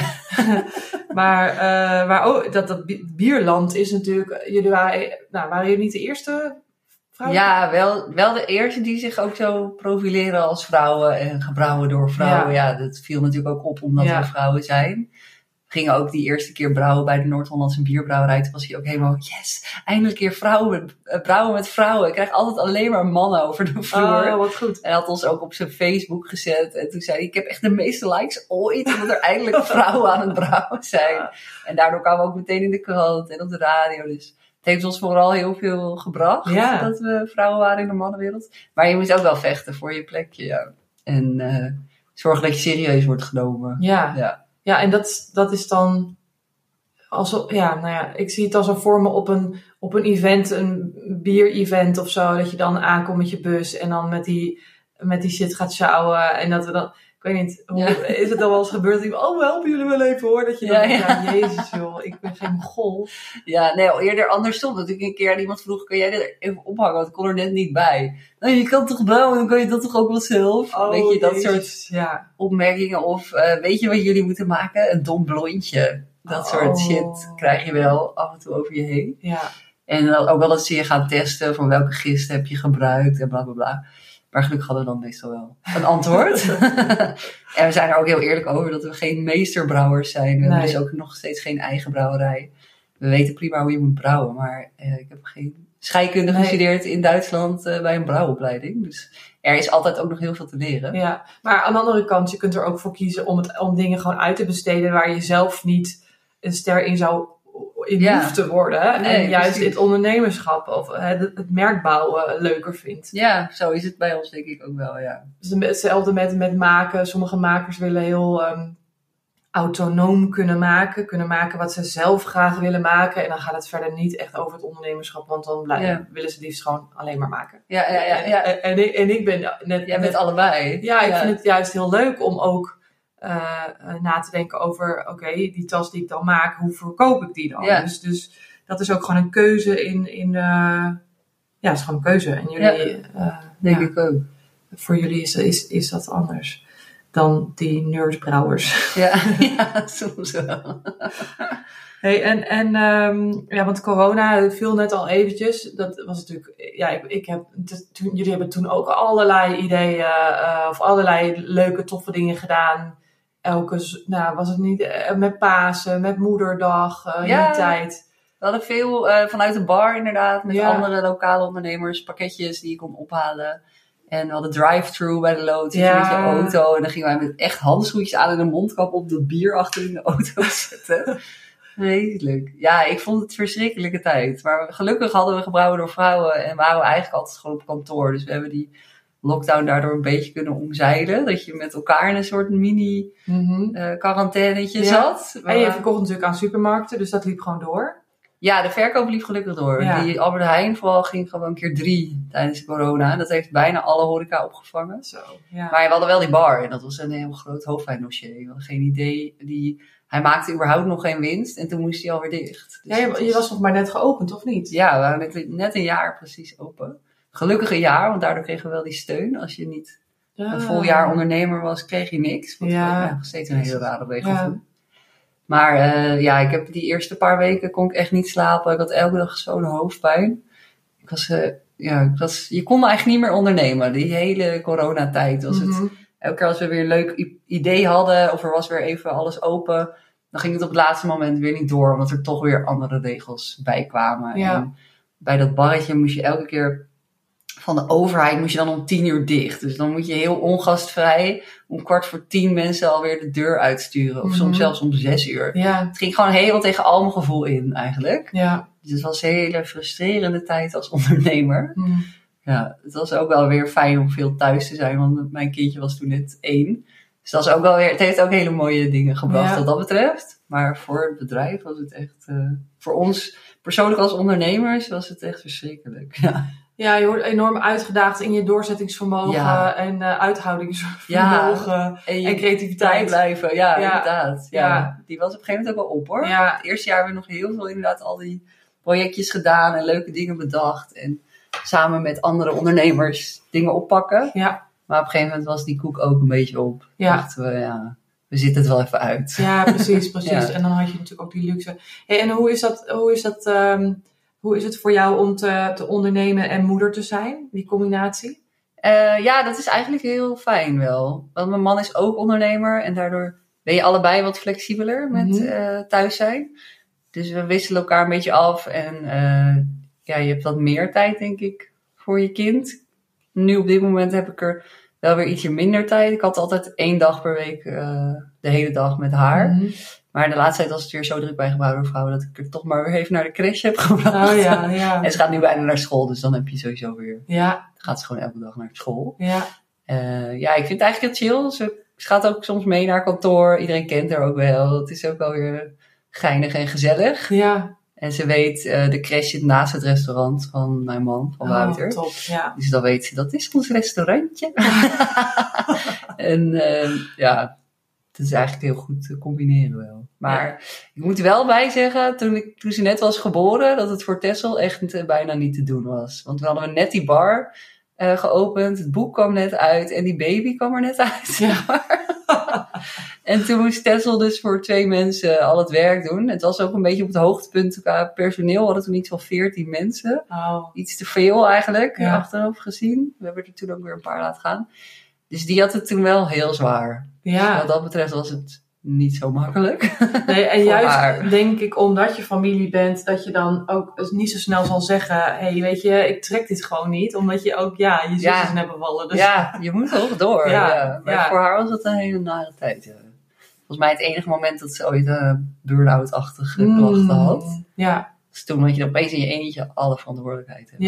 Speaker 1: maar ook dat bierland is natuurlijk... waren jullie niet de eerste vrouwen?
Speaker 2: Ja, wel de eerste die zich ook zo profileren als vrouwen en gebrouwen door vrouwen. Ja, dat viel natuurlijk ook op omdat we vrouwen zijn. We gingen ook die eerste keer brouwen bij de Noord-Hollandse bierbrouwerij. Toen was hij ook helemaal, yes, eindelijk weer brouwen met vrouwen. Ik krijg altijd alleen maar mannen over de vloer.
Speaker 1: Oh, wat goed.
Speaker 2: En hij had ons ook op zijn Facebook gezet. En toen zei hij, ik heb echt de meeste likes ooit, omdat er eindelijk vrouwen aan het brouwen zijn. En daardoor kwamen we ook meteen in de krant en op de radio. Dus het heeft ons vooral heel veel gebracht, dat we vrouwen waren in de mannenwereld. Maar je moet ook wel vechten voor je plekje, ja. En zorgen dat je serieus wordt genomen.
Speaker 1: Ja, en dat is dan... ik zie het als een vormen op een event, een bier-event of zo. Dat je dan aankomt met je bus en dan met die shit gaat sjouwen. En dat we dan... Ik weet niet, is het dan wel eens gebeurd? Dat ik, we helpen jullie wel even hoor. Dat je dan jezus joh, ik ben geen Mogol.
Speaker 2: Ja, nee, al eerder andersom. Dat ik een keer aan iemand vroeg, kun jij dit er even ophangen? Want ik kon er net niet bij. Nou, je kan toch brouwen, dan kan je dat toch ook wel zelf?
Speaker 1: Oh,
Speaker 2: weet je, dat
Speaker 1: jezus,
Speaker 2: soort opmerkingen. Of weet je wat jullie moeten maken? Een dom blondje. Dat soort shit krijg je wel af en toe over je heen.
Speaker 1: Ja.
Speaker 2: En dan ook wel dat ze je gaan testen van welke gist heb je gebruikt en bla bla bla. Maar gelukkig hadden we dan meestal wel een antwoord. En we zijn er ook heel eerlijk over dat we geen meesterbrouwers zijn. We hebben dus ook nog steeds geen eigen brouwerij. We weten prima hoe je moet brouwen. Maar ik heb geen scheikunde gestudeerd in Duitsland bij een brouwopleiding. Dus er is altijd ook nog heel veel te leren.
Speaker 1: Ja, maar aan de andere kant, je kunt er ook voor kiezen om dingen gewoon uit te besteden waar je zelf niet een ster in hoeft te worden. Nee, en juist het ondernemerschap of het merkbouwen leuker vindt.
Speaker 2: Ja, zo is het bij ons denk ik ook wel, ja.
Speaker 1: Dus hetzelfde met maken. Sommige makers willen heel autonoom kunnen maken wat ze zelf graag willen maken. En dan gaat het verder niet echt over het ondernemerschap, want dan willen ze liefst gewoon alleen maar maken.
Speaker 2: Ja.
Speaker 1: En ik ben net...
Speaker 2: Jij bent allebei.
Speaker 1: Ja, ik vind het juist heel leuk om ook na te denken over, oké, die tas die ik dan maak, hoe verkoop ik die dan?
Speaker 2: Ja.
Speaker 1: Dus dat is ook gewoon een keuze in het is gewoon een keuze. En jullie,
Speaker 2: denk ik ook.
Speaker 1: Voor jullie is dat anders dan die nerdbrouwers.
Speaker 2: Ja, soms wel.
Speaker 1: Hey, want corona viel net al eventjes. Dat was natuurlijk, jullie hebben toen ook allerlei ideeën of allerlei leuke, toffe dingen gedaan. Was het niet met Pasen, met Moederdag, in die tijd.
Speaker 2: We hadden veel vanuit de bar inderdaad, met andere lokale ondernemers, pakketjes die je kon ophalen. En we hadden drive-thru bij de lood, met je auto. En dan gingen wij met echt handschoentjes aan en een mondkap op dat bier achter in de auto zetten. Vreselijk. Ja, ik vond het een verschrikkelijke tijd. Maar gelukkig hadden we gebrouwen door vrouwen en waren we eigenlijk altijd gewoon op kantoor. Dus we hebben die lockdown daardoor een beetje kunnen omzeilen. Dat je met elkaar in een soort mini quarantainetje zat.
Speaker 1: En je verkocht natuurlijk aan supermarkten, dus dat liep gewoon door.
Speaker 2: Ja, de verkoop liep gelukkig door.
Speaker 1: Ja.
Speaker 2: Die Albert Heijn vooral ging gewoon een keer 3 tijdens corona. Dat heeft bijna alle horeca opgevangen.
Speaker 1: Zo, ja.
Speaker 2: Maar we hadden wel die bar en dat was een heel groot hoofdpijndossier. We hadden geen idee. Hij maakte überhaupt nog geen winst en toen moest hij alweer dicht. Dus
Speaker 1: je was nog maar net geopend, of niet?
Speaker 2: Ja, we waren net een jaar precies open. Gelukkig een jaar, want daardoor kregen we wel die steun. Als je niet een vol jaar ondernemer was, kreeg je niks. Wat nog steeds een hele rare regel vond. Maar ik heb die eerste paar weken kon ik echt niet slapen. Ik had elke dag zo'n hoofdpijn. Je kon eigenlijk niet meer ondernemen. Die hele coronatijd was het. Elke keer als we weer een leuk idee hadden of er was weer even alles open, dan ging het op het laatste moment weer niet door, omdat er toch weer andere regels bij kwamen.
Speaker 1: Ja.
Speaker 2: En bij dat barretje moest je elke keer van de overheid moest je dan om 10:00 dicht. Dus dan moet je heel ongastvrij om 9:15 mensen alweer de deur uitsturen. Of soms zelfs om 6:00.
Speaker 1: Ja.
Speaker 2: Het ging gewoon helemaal tegen al mijn gevoel in eigenlijk.
Speaker 1: Ja.
Speaker 2: Dus het was een hele frustrerende tijd als ondernemer. Ja, het was ook wel weer fijn om veel thuis te zijn, want mijn kindje was toen net 1. Dus dat is ook wel weer, het heeft ook hele mooie dingen gebracht wat dat betreft. Maar voor het bedrijf was het echt, voor ons persoonlijk als ondernemers was het echt verschrikkelijk.
Speaker 1: Ja, je wordt enorm uitgedaagd in je doorzettingsvermogen en uithoudingsvermogen en creativiteit.
Speaker 2: Blijven, inderdaad. Ja. Die was op een gegeven moment ook wel op hoor.
Speaker 1: Ja.
Speaker 2: Het eerste jaar hebben we nog heel veel inderdaad al die projectjes gedaan en leuke dingen bedacht. En samen met andere ondernemers dingen oppakken.
Speaker 1: Ja.
Speaker 2: Maar op een gegeven moment was die koek ook een beetje op.
Speaker 1: Ja.
Speaker 2: Dachten we zitten het wel even uit.
Speaker 1: Ja, precies.
Speaker 2: Ja.
Speaker 1: En dan had je natuurlijk ook die luxe. Hey, en hoe is het voor jou om te ondernemen en moeder te zijn? Die combinatie?
Speaker 2: Dat is eigenlijk heel fijn wel. Want mijn man is ook ondernemer. En daardoor ben je allebei wat flexibeler met thuis zijn. Dus we wisselen elkaar een beetje af. En je hebt wat meer tijd, denk ik, voor je kind. Nu op dit moment heb ik er wel weer ietsje minder tijd. Ik had altijd 1 dag per week de hele dag met haar. Maar de laatste tijd was het weer zo druk bij gebouwvrouw dat ik er toch maar weer even naar de crash heb gebracht.
Speaker 1: Oh ja.
Speaker 2: En ze gaat nu bijna naar school, dus dan heb je sowieso weer.
Speaker 1: Ja.
Speaker 2: Dan gaat ze gewoon elke dag naar school.
Speaker 1: Ja.
Speaker 2: Ik vind het eigenlijk heel chill. Ze gaat ook soms mee naar kantoor. Iedereen kent haar ook wel. Het is ook wel weer geinig en gezellig.
Speaker 1: Ja.
Speaker 2: En ze weet, de crash zit naast het restaurant van mijn man, van Wouter.
Speaker 1: Top, ja.
Speaker 2: Dus dan weet ze, dat is ons restaurantje. En het is eigenlijk heel goed te combineren wel. Maar ik moet er wel bij zeggen, toen ze net was geboren, dat het voor Tessel echt bijna niet te doen was. Want we hadden net die bar geopend, het boek kwam net uit en die baby kwam er net uit. Ja. En toen moest Tessel dus voor 2 mensen al het werk doen. Het was ook een beetje op het hoogtepunt qua personeel. We hadden toen iets van 14 mensen.
Speaker 1: Oh.
Speaker 2: Iets te veel eigenlijk, achteraf gezien. We hebben er toen ook weer een paar laten gaan. Dus die had het toen wel heel zwaar.
Speaker 1: Ja.
Speaker 2: Dus wat dat betreft was het niet zo makkelijk.
Speaker 1: Nee, en juist denk ik omdat je familie bent, dat je dan ook niet zo snel zal zeggen, hey, weet je, ik trek dit gewoon niet. Omdat je ook, je zusjes net bevallen. Dus...
Speaker 2: Ja, je moet toch door. Maar voor haar was het een hele nare tijd. Volgens mij het enige moment dat ze ooit burn-out-achtige klachten had.
Speaker 1: Ja.
Speaker 2: Dus toen had je opeens in je eentje alle verantwoordelijkheid hebt.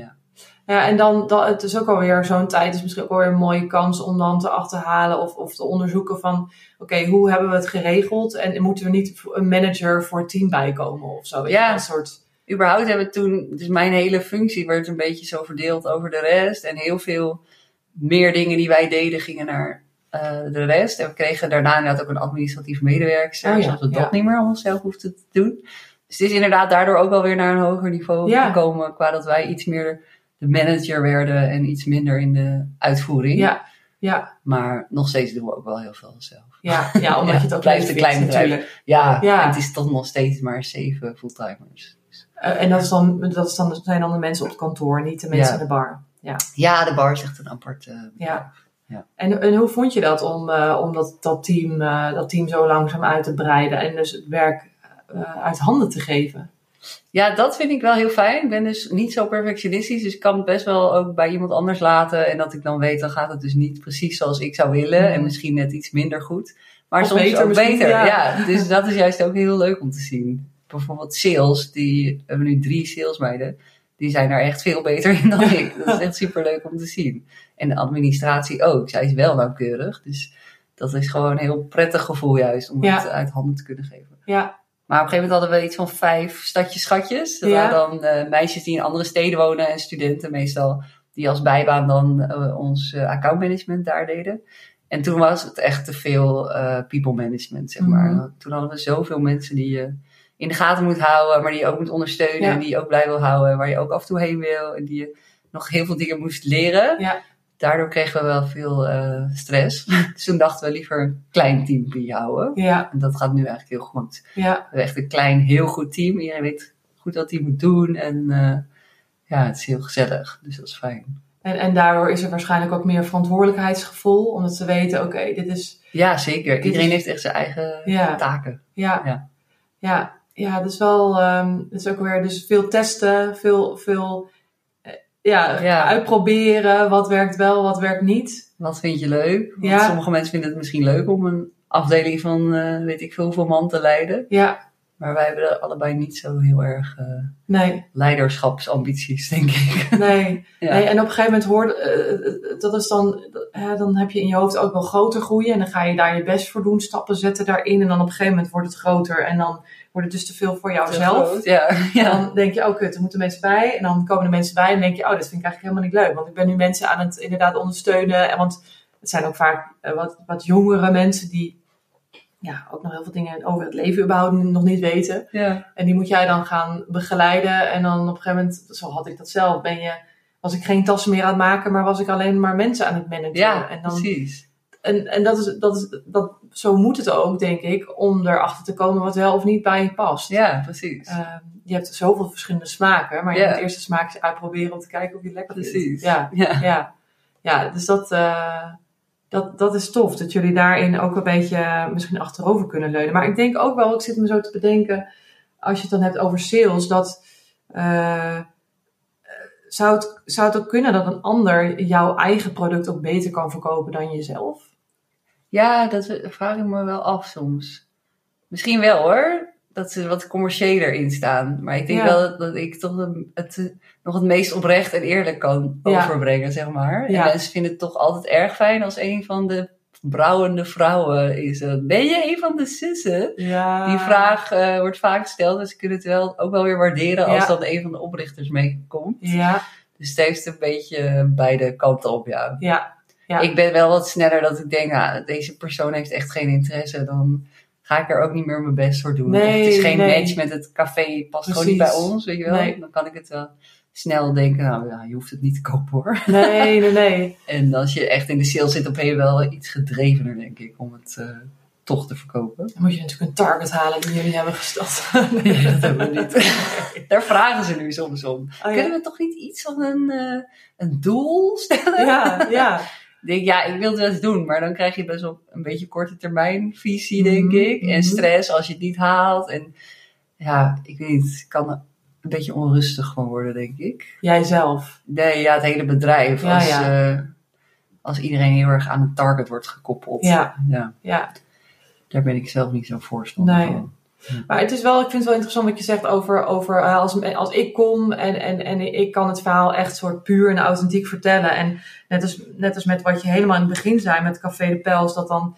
Speaker 1: Ja, en dan het is ook alweer zo'n tijd, is misschien ook alweer een mooie kans om dan te achterhalen of te onderzoeken van, oké, hoe hebben we het geregeld en moeten we niet een manager voor het team bijkomen of zo?
Speaker 2: Ja,
Speaker 1: soort...
Speaker 2: überhaupt hebben we toen, dus mijn hele functie werd een beetje zo verdeeld over de rest en heel veel meer dingen die wij deden gingen naar de rest. En we kregen daarna inderdaad ook een administratief medewerker, zodat we dat niet meer allemaal zelf hoefden te doen. Dus het is inderdaad daardoor ook wel weer naar een hoger niveau gekomen, qua dat wij iets meer de manager werden en iets minder in de uitvoering.
Speaker 1: Ja.
Speaker 2: Maar nog steeds doen we ook wel heel veel zelf.
Speaker 1: Ja, omdat je het ook
Speaker 2: blijft een klein bedrijf.
Speaker 1: Natuurlijk.
Speaker 2: Ja, en het is toch nog steeds maar 7 fulltimers.
Speaker 1: En dat zijn dan de mensen op het kantoor, niet de mensen in de bar.
Speaker 2: Ja, de bar is echt een apart bedrijf.
Speaker 1: Ja. En hoe vond je dat om dat team zo langzaam uit te breiden en dus het werk uit handen te geven?
Speaker 2: Ja, dat vind ik wel heel fijn. Ik ben dus niet zo perfectionistisch, dus ik kan het best wel ook bij iemand anders laten. En dat ik dan weet, dan gaat het dus niet precies zoals ik zou willen. En misschien net iets minder goed. Maar of soms beter, ook beter. Ja, dus dat is juist ook heel leuk om te zien. Bijvoorbeeld sales, we hebben nu 3 salesmeiden. Die zijn daar echt veel beter in dan ik. Dat is echt super leuk om te zien. En de administratie ook. Zij is wel nauwkeurig. Dus dat is gewoon een heel prettig gevoel juist om het uit handen te kunnen geven.
Speaker 1: Ja.
Speaker 2: Maar op een gegeven moment hadden we iets van 5 stadjes-schatjes. Dat waren dan meisjes die in andere steden wonen en studenten meestal. Die als bijbaan dan ons accountmanagement daar deden. En toen was het echt te veel people management, zeg maar. Toen hadden we zoveel mensen die je in de gaten moet houden, maar die je ook moet ondersteunen. En die je ook blij wil houden, waar je ook af en toe heen wil. En die je nog heel veel dingen moest leren.
Speaker 1: Ja.
Speaker 2: daardoor kregen we wel veel stress. Dus toen dachten we liever een klein teampje houden.
Speaker 1: Ja.
Speaker 2: En dat gaat nu eigenlijk heel goed.
Speaker 1: Ja.
Speaker 2: We hebben echt een klein, heel goed team. Iedereen weet goed wat hij moet doen. En het is heel gezellig. Dus dat is fijn.
Speaker 1: En daardoor is er waarschijnlijk ook meer verantwoordelijkheidsgevoel. Omdat ze weten, oké, dit is...
Speaker 2: Ja, zeker. Iedereen heeft echt zijn eigen taken.
Speaker 1: Ja, dus wel... het is ook weer dus veel testen, veel uitproberen. Wat werkt wel, wat werkt niet.
Speaker 2: Wat vind je leuk? Want sommige mensen vinden het misschien leuk om een afdeling van weet ik veel hoeveel man te leiden. Ja. Maar wij hebben er allebei niet zo heel erg leiderschapsambities, denk ik.
Speaker 1: Nee. En op een gegeven moment dat is dan heb je in je hoofd ook wel groter groeien. En dan ga je daar je best voor doen, stappen zetten daarin. En dan op een gegeven moment wordt het groter. En dan wordt het dus te veel voor jouzelf. En dan denk je, kut, er moeten mensen bij. En dan komen de mensen bij en dan denk je, dat vind ik eigenlijk helemaal niet leuk. Want ik ben nu mensen aan het inderdaad ondersteunen. Want het zijn ook vaak wat jongere mensen die ook nog heel veel dingen over het leven überhaupt nog niet weten. Ja. En die moet jij dan gaan begeleiden. En dan op een gegeven moment, zo had ik dat zelf, was ik geen tassen meer aan het maken, maar was ik alleen maar mensen aan het managen.
Speaker 2: Ja,
Speaker 1: en dan,
Speaker 2: precies.
Speaker 1: En zo moet het ook, denk ik, om erachter te komen wat wel of niet bij je past.
Speaker 2: Ja, precies.
Speaker 1: Je hebt zoveel verschillende smaken, maar je moet eerst de smaakjes uitproberen om te kijken of je het lekker vindt.
Speaker 2: Precies.
Speaker 1: Ja, dus dat is tof, dat jullie daarin ook een beetje misschien achterover kunnen leunen. Maar ik denk ook wel, ik zit me zo te bedenken, als je het dan hebt over sales, dat zou het ook kunnen dat een ander jouw eigen product ook beter kan verkopen dan jezelf?
Speaker 2: Ja, dat vraag ik me wel af soms. Misschien wel hoor, dat ze wat commerciëler in staan. Maar ik denk wel dat ik toch nog het meest oprecht en eerlijk kan overbrengen, zeg maar. Ja. En mensen vinden het toch altijd erg fijn als een van de brouwende vrouwen is. Ben je een van de zussen? Ja. Die vraag wordt vaak gesteld. Dus ze kunnen het wel ook wel weer waarderen als dan een van de oprichters meekomt. Ja. Dus het heeft een beetje beide kanten op, ja. Ik ben wel wat sneller dat ik denk, deze persoon heeft echt geen interesse. Dan ga ik er ook niet meer mijn best voor doen. Nee, of het is geen match met het café, past gewoon niet bij ons, weet je wel. Nee. Dan kan ik het wel snel denken, je hoeft het niet te kopen hoor. Nee. En als je echt in de sales zit, dan ben je wel iets gedrevener, denk ik, om het toch te verkopen.
Speaker 1: Dan moet je natuurlijk een target halen die jullie hebben gesteld.
Speaker 2: Nee, dat hebben we niet. Daar vragen ze nu soms om. Kunnen we toch niet iets van een doel stellen? Ja. Ik denk, ik wil het wel eens doen, maar dan krijg je best wel een beetje korte termijn visie, denk ik. En stress als je het niet haalt. En ik weet niet, het kan een beetje onrustig van worden, denk ik.
Speaker 1: Jijzelf?
Speaker 2: Nee, het hele bedrijf. Als iedereen heel erg aan een target wordt gekoppeld. Ja. Daar ben ik zelf niet zo voorstander van.
Speaker 1: Maar het is wel, ik vind het wel interessant wat je zegt over als ik kom en ik kan het verhaal echt soort puur en authentiek vertellen. En net als met wat je helemaal in het begin zei met Café de Pels,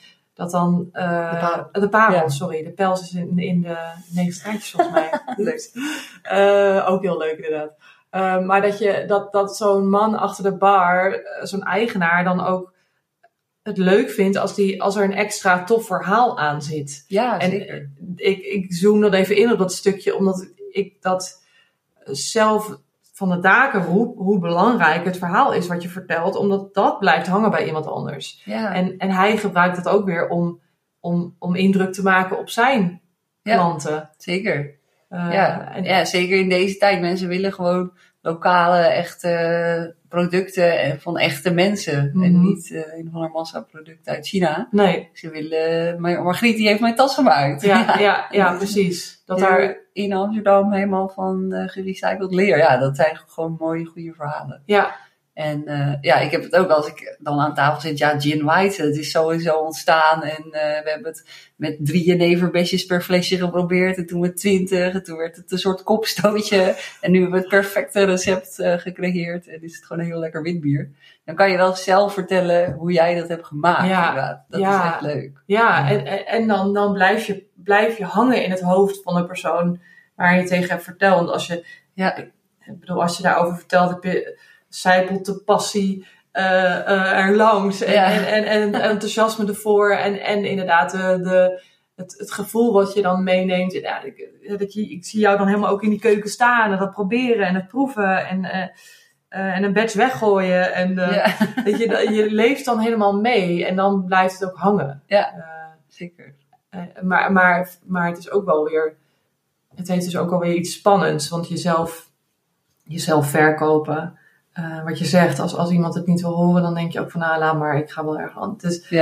Speaker 1: de parel, sorry. De Pels is in de 9 straatjes volgens mij. Leuk. Ook heel leuk inderdaad. Maar dat zo'n man achter de bar, zo'n eigenaar dan ook het leuk vindt als er een extra tof verhaal aan zit.
Speaker 2: Ja,
Speaker 1: en
Speaker 2: zeker.
Speaker 1: Ik zoom dat even in op dat stukje, omdat ik dat zelf van de daken roep, hoe belangrijk het verhaal is wat je vertelt, omdat dat blijft hangen bij iemand anders. Ja. En hij gebruikt het ook weer om indruk te maken op zijn klanten.
Speaker 2: Zeker. Zeker in deze tijd. Mensen willen gewoon lokale, echte producten en van echte mensen. En niet een of andere massaproduct uit China. Nee. Ze willen... Margriet, die heeft mijn tas gemaakt.
Speaker 1: Ja, precies.
Speaker 2: Dat daar in Amsterdam helemaal van gerecycled leer. Ja, dat zijn gewoon mooie, goede verhalen. Ja. En ik heb het ook als ik dan aan tafel zit. Gin White, het is sowieso ontstaan. En we hebben het met 3 jeneverbesjes per flesje geprobeerd. En toen met 20. En toen werd het een soort kopstootje. En nu hebben we het perfecte recept gecreëerd. En is het gewoon een heel lekker witbier. Dan kan je wel zelf vertellen hoe jij dat hebt gemaakt. Ja, dat is echt leuk.
Speaker 1: Ja, en dan blijf je hangen in het hoofd van de persoon waar je tegen hebt verteld. Want als je daarover vertelt, heb je zijpelt de passie erlangs en enthousiasme ervoor en inderdaad het gevoel wat je dan meeneemt. Ik zie jou dan helemaal ook in die keuken staan en dat proberen en het proeven en een badge weggooien. En weet je leeft dan helemaal mee en dan blijft het ook hangen.
Speaker 2: Ja, zeker.
Speaker 1: Maar het is ook wel weer, het heeft dus ook wel weer iets spannends. Want jezelf verkopen. Wat je zegt, als iemand het niet wil horen, dan denk je ook van, laat maar, ik ga wel erg aan. Dus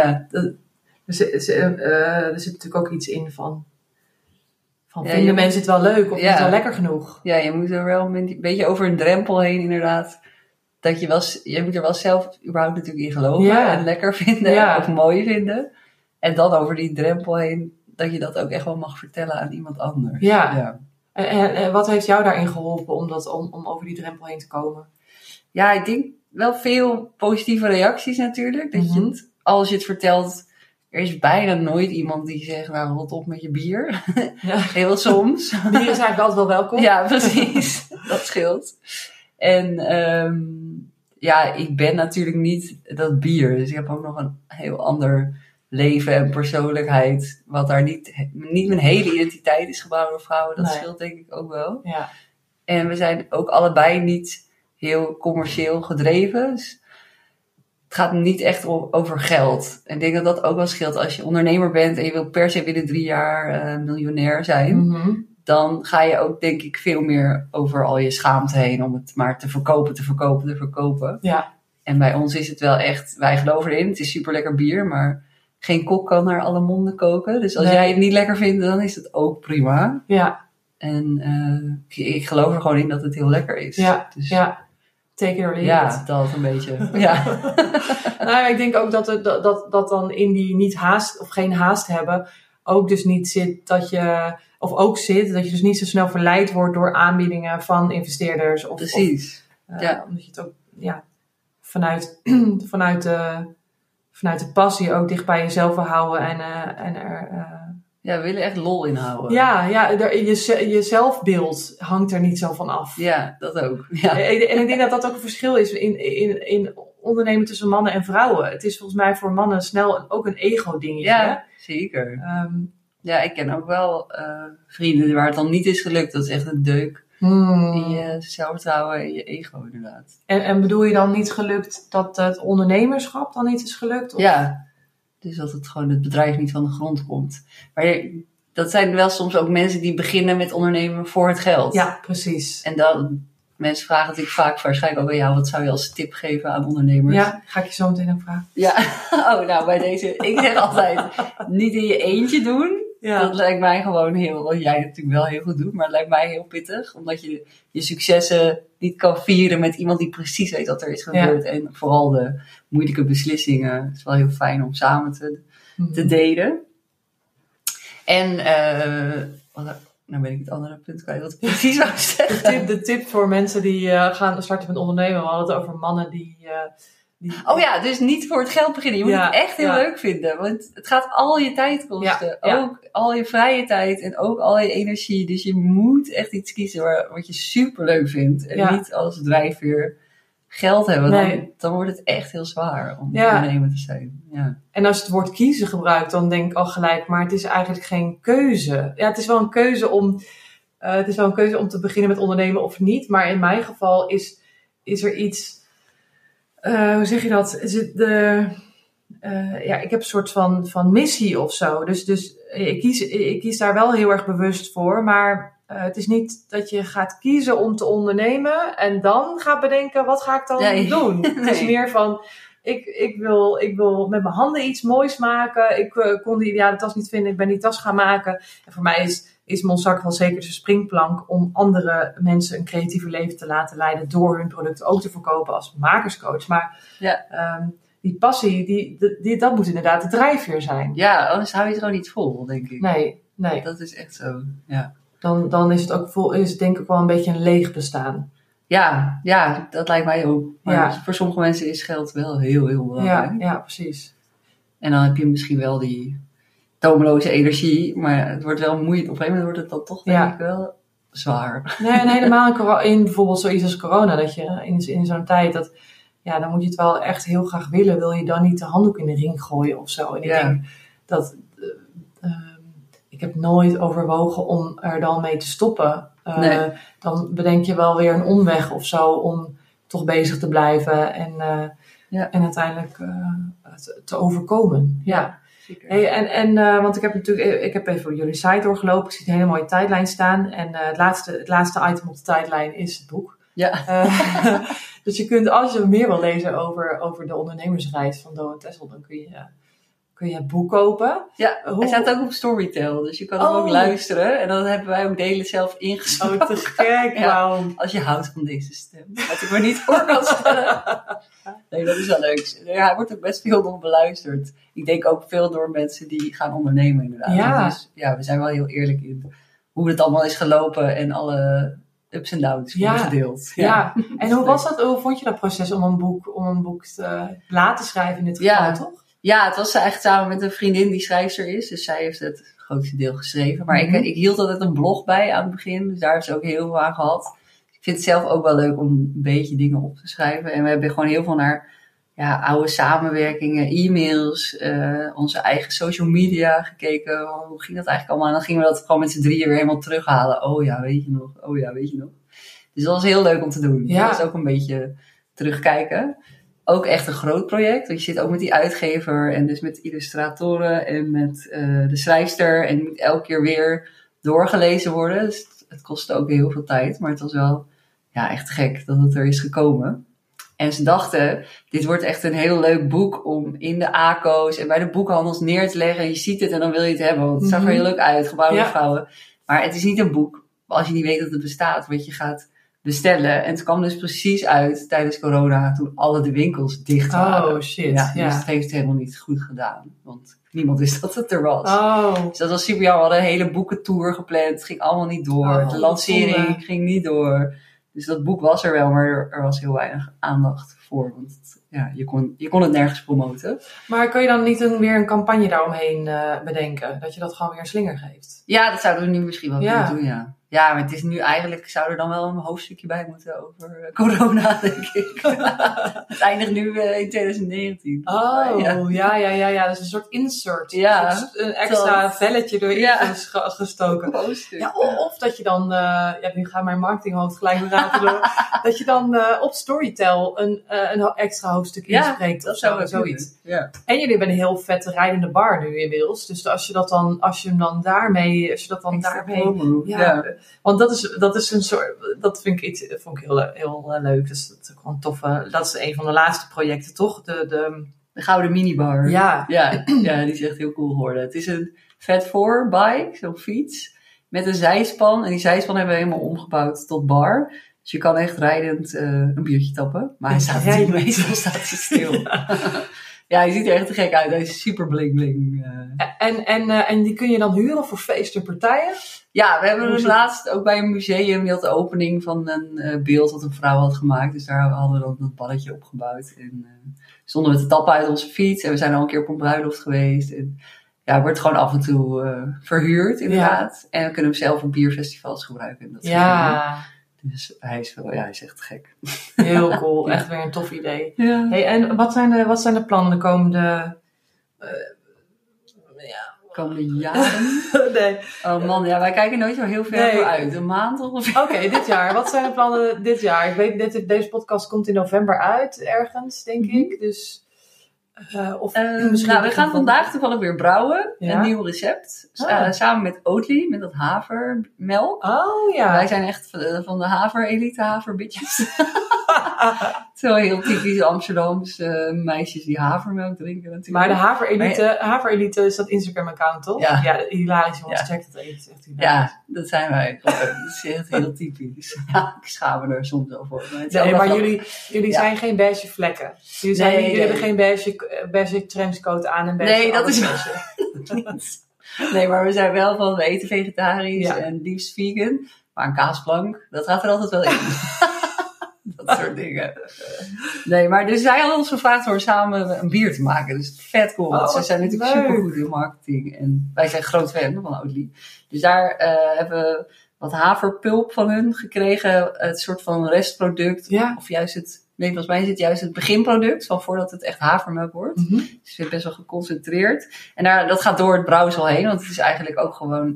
Speaker 1: er zit natuurlijk ook iets in van vinden mensen het wel leuk of is het wel lekker genoeg?
Speaker 2: Ja, je moet er wel een beetje over een drempel heen inderdaad. Dat je moet er wel zelf überhaupt natuurlijk in geloven en lekker vinden of mooi vinden. En dan over die drempel heen, dat je dat ook echt wel mag vertellen aan iemand anders.
Speaker 1: Ja. En wat heeft jou daarin geholpen om over die drempel heen te komen?
Speaker 2: Ja, ik denk wel veel positieve reacties natuurlijk. Dat als je het vertelt, er is bijna nooit iemand die zegt, nou, rot op met je bier. Ja. Heel soms.
Speaker 1: Bier is eigenlijk altijd wel welkom.
Speaker 2: Ja, precies. Dat scheelt. En ik ben natuurlijk niet dat bier. Dus ik heb ook nog een heel ander leven en persoonlijkheid. Wat daar niet mijn hele identiteit is gebouwd door vrouwen. Dat scheelt denk ik ook wel.
Speaker 1: Ja.
Speaker 2: En we zijn ook allebei niet heel commercieel gedreven. Dus het gaat niet echt over geld. En ik denk dat dat ook wel scheelt. Als je ondernemer bent en je wil per se binnen 3 jaar miljonair zijn. Mm-hmm. Dan ga je ook denk ik veel meer over al je schaamte heen. Om het maar te verkopen.
Speaker 1: Ja.
Speaker 2: En bij ons is het wel echt, wij geloven erin. Het is super lekker bier, maar geen kok kan naar alle monden koken. Dus als jij het niet lekker vindt, dan is het ook prima.
Speaker 1: Ja.
Speaker 2: En ik geloof er gewoon in dat het heel lekker is.
Speaker 1: Ja, dus, take it or leave it.
Speaker 2: Ja, dat een beetje. Ja.
Speaker 1: Nou, ik denk ook dat dan in die niet haast of geen haast hebben ook dus niet zit dat je, of ook zit dat je dus niet zo snel verleid wordt door aanbiedingen van investeerders.
Speaker 2: Precies.
Speaker 1: Omdat je het ook vanuit de passie ook dicht bij jezelf wil houden en
Speaker 2: we willen echt lol inhouden.
Speaker 1: Ja, je zelfbeeld hangt er niet zo van af.
Speaker 2: Ja, dat ook. Ja.
Speaker 1: En ik denk dat dat ook een verschil is in ondernemen tussen mannen en vrouwen. Het is volgens mij voor mannen snel ook een ego-dingetje.
Speaker 2: Ja, zeker. Ik ken ook wel vrienden waar het dan niet is gelukt. Dat is echt een deuk in je zelfvertrouwen en je ego inderdaad.
Speaker 1: En bedoel je dan niet gelukt dat het ondernemerschap dan niet is gelukt? Of?
Speaker 2: Ja. Dus dat het bedrijf niet van de grond komt. Maar dat zijn wel soms ook mensen die beginnen met ondernemen voor het geld.
Speaker 1: Ja, precies.
Speaker 2: En dan, mensen vragen natuurlijk vaak waarschijnlijk ook aan jou, wat zou je als tip geven aan ondernemers?
Speaker 1: Ja, ga ik je zo meteen ook vragen.
Speaker 2: Ja, bij deze, ik zeg altijd, niet in je eentje doen. Ja. Dat lijkt mij gewoon wat jij natuurlijk wel heel goed doet, maar het lijkt mij heel pittig. Omdat je je successen niet kan vieren met iemand die precies weet wat er is gebeurd. Ja. En vooral de moeilijke beslissingen. Het is wel heel fijn om samen te delen. En, nou ben ik het andere punt kwijt wat ik precies wou zeggen.
Speaker 1: De tip voor mensen die gaan starten met ondernemen. We hadden het over mannen die...
Speaker 2: Dus niet voor het geld beginnen. Je moet het echt heel leuk vinden. Want het gaat al je tijd kosten. Ja. Ook al je vrije tijd en ook al je energie. Dus je moet echt iets kiezen wat je super leuk vindt. En niet als drijfveer geld hebben. Nee. Dan wordt het echt heel zwaar om ondernemer te zijn. Ja.
Speaker 1: En als je het woord kiezen gebruikt, dan denk ik al gelijk, maar het is eigenlijk geen keuze. Ja, het is wel een keuze om te beginnen met ondernemen of niet. Maar in mijn geval is er iets... hoe zeg je dat? Ik heb een soort van missie of zo. Dus ik kies daar wel heel erg bewust voor. Maar het is niet dat je gaat kiezen om te ondernemen en dan gaat bedenken, wat ga ik dan doen? Nee. Het is meer van, ik wil met mijn handen iets moois maken. Ik kon die ideale tas niet vinden, ik ben die tas gaan maken. En voor mij is Monsac wel zeker de springplank om andere mensen een creatieve leven te laten leiden door hun producten ook te verkopen als makerscoach. Maar die passie, dat moet inderdaad de drijfveer zijn.
Speaker 2: Ja, anders hou je het gewoon niet vol, denk ik.
Speaker 1: Nee.
Speaker 2: Dat is echt zo, ja.
Speaker 1: Dan is het ook is het denk ik wel een beetje een leeg bestaan.
Speaker 2: Ja, dat lijkt mij ook. Maar voor sommige mensen is geld wel heel, heel belangrijk.
Speaker 1: Ja, precies.
Speaker 2: En dan heb je misschien wel die tomeloze energie, maar het wordt wel moeilijk. Op een gegeven moment wordt het dan toch denk ik wel zwaar.
Speaker 1: Nee, en helemaal in bijvoorbeeld zoiets als corona, dat je in zo'n tijd dat, dan moet je het wel echt heel graag willen. Wil je dan niet de handdoek in de ring gooien of zo? En ik denk dat ik heb nooit overwogen om er dan mee te stoppen. Dan bedenk je wel weer een omweg of zo toch bezig te blijven en uiteindelijk te overkomen. Ja. Zeker. Want ik heb even jullie site doorgelopen. Ik zie een hele mooie tijdlijn staan. En het laatste item op de tijdlijn is het boek.
Speaker 2: Ja.
Speaker 1: Dus je kunt, als je meer wil lezen over de ondernemersreis van Do en Tessel, dan kun je het boek kopen.
Speaker 2: Ja, hij staat ook op Storytel. Dus je kan hem ook luisteren. En dan hebben wij ook delen zelf ingesproken.
Speaker 1: Oh, te gek, wauw.
Speaker 2: Als je houdt van deze stem. Wat ik me niet voor kan stellen. Nee, dat is wel leuk. Hij wordt ook best veel nog beluisterd. Ik denk ook veel door mensen die gaan ondernemen inderdaad.
Speaker 1: Ja.
Speaker 2: Dus we zijn wel heel eerlijk in hoe het allemaal is gelopen. En alle ups en downs gedeeld.
Speaker 1: Ja. En hoe vond je dat proces om een boek te laten schrijven in dit geval, toch?
Speaker 2: Ja, het was echt samen met een vriendin die schrijfster is. Dus zij heeft het grootste deel geschreven. Maar ik hield altijd een blog bij aan het begin. Dus daar heeft ze ook heel veel aan gehad. Ik vind het zelf ook wel leuk om een beetje dingen op te schrijven. En we hebben gewoon heel veel naar oude samenwerkingen, e-mails, onze eigen social media gekeken. Hoe ging dat eigenlijk allemaal? En dan gingen we dat gewoon met z'n drieën weer helemaal terughalen. Oh ja, weet je nog? Oh ja, weet je nog? Dus dat was heel leuk om te doen.
Speaker 1: Ja.
Speaker 2: Dat was ook een beetje terugkijken. Ook echt een groot project. Want je zit ook met die uitgever en dus met illustratoren en met de schrijfster. En moet elke keer weer doorgelezen worden. Dus het kostte ook heel veel tijd. Maar het was wel echt gek dat het er is gekomen. En ze dachten, dit wordt echt een heel leuk boek om in de ACO's en bij de boekhandels neer te leggen. Je ziet het en dan wil je het hebben. Want het zag er heel leuk uit, gebouwde vrouwen. Maar het is niet een boek, als je niet weet dat het bestaat, wat je gaat bestellen. En het kwam dus precies uit tijdens corona, toen alle de winkels dicht waren.
Speaker 1: Oh shit.
Speaker 2: Dus het heeft helemaal niet goed gedaan. Want niemand wist dat het er was.
Speaker 1: Oh.
Speaker 2: Dus dat was super jammer. We hadden een hele boekentour gepland. Het ging allemaal niet door. De lancering ging niet door. Dus dat boek was er wel, maar er was heel weinig aandacht voor. Want je kon het nergens promoten.
Speaker 1: Maar kan je dan niet weer een campagne daaromheen bedenken? Dat je dat gewoon weer een slinger geeft?
Speaker 2: Ja, dat zouden we nu misschien wel kunnen doen, ja. Ja, maar het is nu eigenlijk, zou er dan wel een hoofdstukje bij moeten over corona, denk ik. Het eindigt nu in 2019.
Speaker 1: Oh, ja. Dat is een soort insert. Ja. Een extra velletje erin gestoken. Ja, of dat je dan, nu gaat mijn marketinghoofd gelijk weer ratelen. Dat je dan op Storytel een extra hoofdstukje inspreekt.
Speaker 2: Dat zou
Speaker 1: zoiets.
Speaker 2: Ja.
Speaker 1: En jullie hebben een heel vette rijdende bar nu inmiddels. Dus als je dat dan daarmee. Want dat is een soort, dat vond ik heel leuk. Dus dat is ook gewoon toffe. Dat is een van de laatste projecten, toch? De
Speaker 2: gouden minibar.
Speaker 1: Ja,
Speaker 2: die is echt heel cool geworden. Het is een Fat4 bike, zo'n fiets, met een zijspan. En die zijspan hebben we helemaal omgebouwd tot bar. Dus je kan echt rijdend een biertje tappen. Maar hij staat natuurlijk meestal stil. Ja, hij ziet er echt te gek uit. Hij is super bling bling.
Speaker 1: En die kun je dan huren voor feesten en partijen?
Speaker 2: Ja, we hebben dus laatst ook bij een museum, die had de opening van een beeld dat een vrouw had gemaakt. Dus daar hadden we dan dat balletje opgebouwd. En stonden we te tappen uit onze fiets. En we zijn al een keer op een bruiloft geweest. En het wordt gewoon af en toe verhuurd, inderdaad. Ja. En we kunnen hem zelf op bierfestivals gebruiken. En dat dus hij is echt gek.
Speaker 1: Heel cool, echt weer een tof idee.
Speaker 2: Ja.
Speaker 1: Hey, en wat zijn de plannen de komende...
Speaker 2: komende jaren?
Speaker 1: Nee.
Speaker 2: Oh man, wij kijken nooit zo heel ver vooruit. Een maand ongeveer.
Speaker 1: Oké, dit jaar. Wat zijn de plannen dit jaar? Ik weet, deze podcast komt in november uit, ergens, denk ik. Dus...
Speaker 2: we gaan vandaag toevallig weer brouwen. Ja? Een nieuw recept. Samen met Oatly, met dat havermelk.
Speaker 1: Oh ja.
Speaker 2: Wij zijn echt van de haver-elite, haverbitches. Zo heel typisch Amsterdamse meisjes die havermelk drinken natuurlijk.
Speaker 1: Maar de haverelite is dat Instagram-account, toch? Ja, hilarisch jongens. Check dat even. Echt hilarisch.
Speaker 2: Ja, dat zijn wij. Dat is echt heel typisch. Ja, ik schaam me er soms wel voor.
Speaker 1: Maar jullie zijn geen beige vlekken. Jullie hebben geen beige trenchcoat aan en beige.
Speaker 2: Nee, dat is niet. Nee, maar we zijn wel van, we eten vegetarisch en liefst vegan. Maar een kaasplank, dat gaat er altijd wel in. Dat soort dingen. Nee, maar dus zij hadden ons gevraagd om samen een bier te maken. Dus vet cool. Want ze zijn natuurlijk super goed in marketing. En wij zijn groot fan van Oatly. Dus daar hebben we wat haverpulp van hun gekregen. Het soort van restproduct. Ja. Of juist volgens mij is het juist het beginproduct. Van voordat het echt havermelk wordt. Mm-hmm. Dus het is best wel geconcentreerd. En dat gaat door het brouwsel heen. Want het is eigenlijk ook gewoon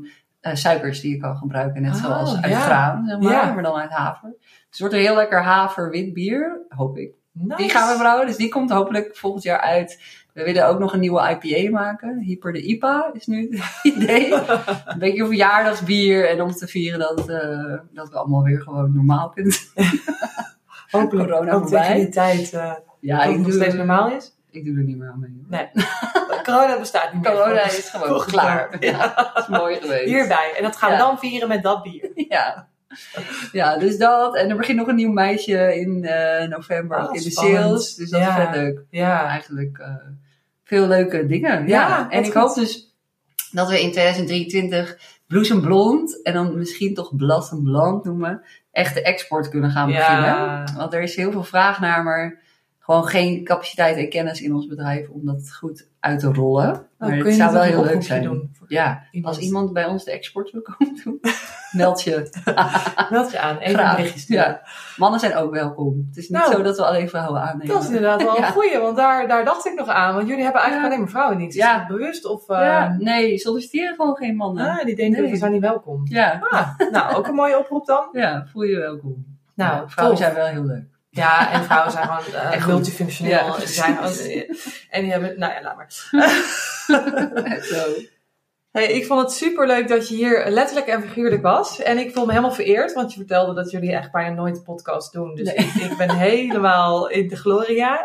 Speaker 2: suikers die je kan gebruiken. Net zoals uit
Speaker 1: ja.
Speaker 2: graan, zeg maar.
Speaker 1: Ja.
Speaker 2: Maar dan uit haver. Dus het wordt een heel lekker haver-wit bier. Hoop ik.
Speaker 1: Nice.
Speaker 2: Die gaan we brouwen. Dus die komt hopelijk volgend jaar uit. We willen ook nog een nieuwe IPA maken. Hyper de IPA is nu het idee. Een beetje een verjaardagsbier. En om te vieren dat we allemaal weer gewoon normaal kunnen.
Speaker 1: Hopelijk
Speaker 2: corona
Speaker 1: ook tegen
Speaker 2: voorbij.
Speaker 1: die tijd
Speaker 2: Ja,
Speaker 1: dat het nog steeds normaal is.
Speaker 2: Ik doe er niet meer aan mee.
Speaker 1: Nee, corona bestaat niet meer.
Speaker 2: Corona is gewoon klaar. Ja, dat is mooi geweest.
Speaker 1: Hierbij. En dat gaan we dan vieren met dat bier.
Speaker 2: Ja, dus dat. En er begint nog een nieuw meisje in november
Speaker 1: Oh,
Speaker 2: ook in de
Speaker 1: spannend.
Speaker 2: sales. Dus dat is vet leuk.
Speaker 1: Ja.
Speaker 2: Eigenlijk veel leuke dingen. Ja. En ik hoop dus dat we in 2023 Bloesem Blond en dan misschien toch Blossom Blanc noemen, echt de export kunnen gaan beginnen. Want er is heel veel vraag naar, maar gewoon geen capaciteit en kennis in ons bedrijf om dat goed uit te rollen. Maar het zou wel heel leuk zijn.
Speaker 1: Doen
Speaker 2: ja, als iemand bij ons de export wil komen doen, meld je.
Speaker 1: Meld je aan, even een berichtje sturen.
Speaker 2: Ja. Mannen zijn ook welkom. Het is niet zo dat we alleen vrouwen aannemen.
Speaker 1: Dat is inderdaad wel een goeie, want daar dacht ik nog aan. Want jullie hebben eigenlijk alleen maar vrouwen niet. Is dat bewust? Of,
Speaker 2: nee, solliciteren gewoon geen mannen.
Speaker 1: Die denken we zijn niet welkom.
Speaker 2: Ja.
Speaker 1: Nou, ook een mooie oproep dan.
Speaker 2: Ja, voel je welkom.
Speaker 1: Nou,
Speaker 2: vrouwen zijn wel heel leuk.
Speaker 1: Ja, en vrouwen zijn gewoon multifunctioneel.
Speaker 2: Ja,
Speaker 1: en die hebben, nou ja, laat maar.
Speaker 2: Zo.
Speaker 1: Hey, ik vond het super leuk dat je hier letterlijk en figuurlijk was. En ik voel me helemaal vereerd, want je vertelde dat jullie echt bijna nooit een podcast doen. Dus ik ben helemaal in de gloria.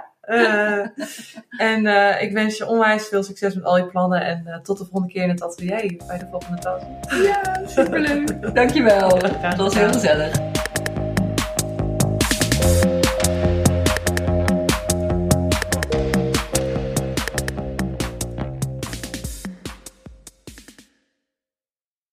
Speaker 1: En ik wens je onwijs veel succes met al je plannen. En tot de volgende keer in het atelier bij de volgende tas.
Speaker 2: Ja, superleuk. Dankjewel. Dat was heel gezellig.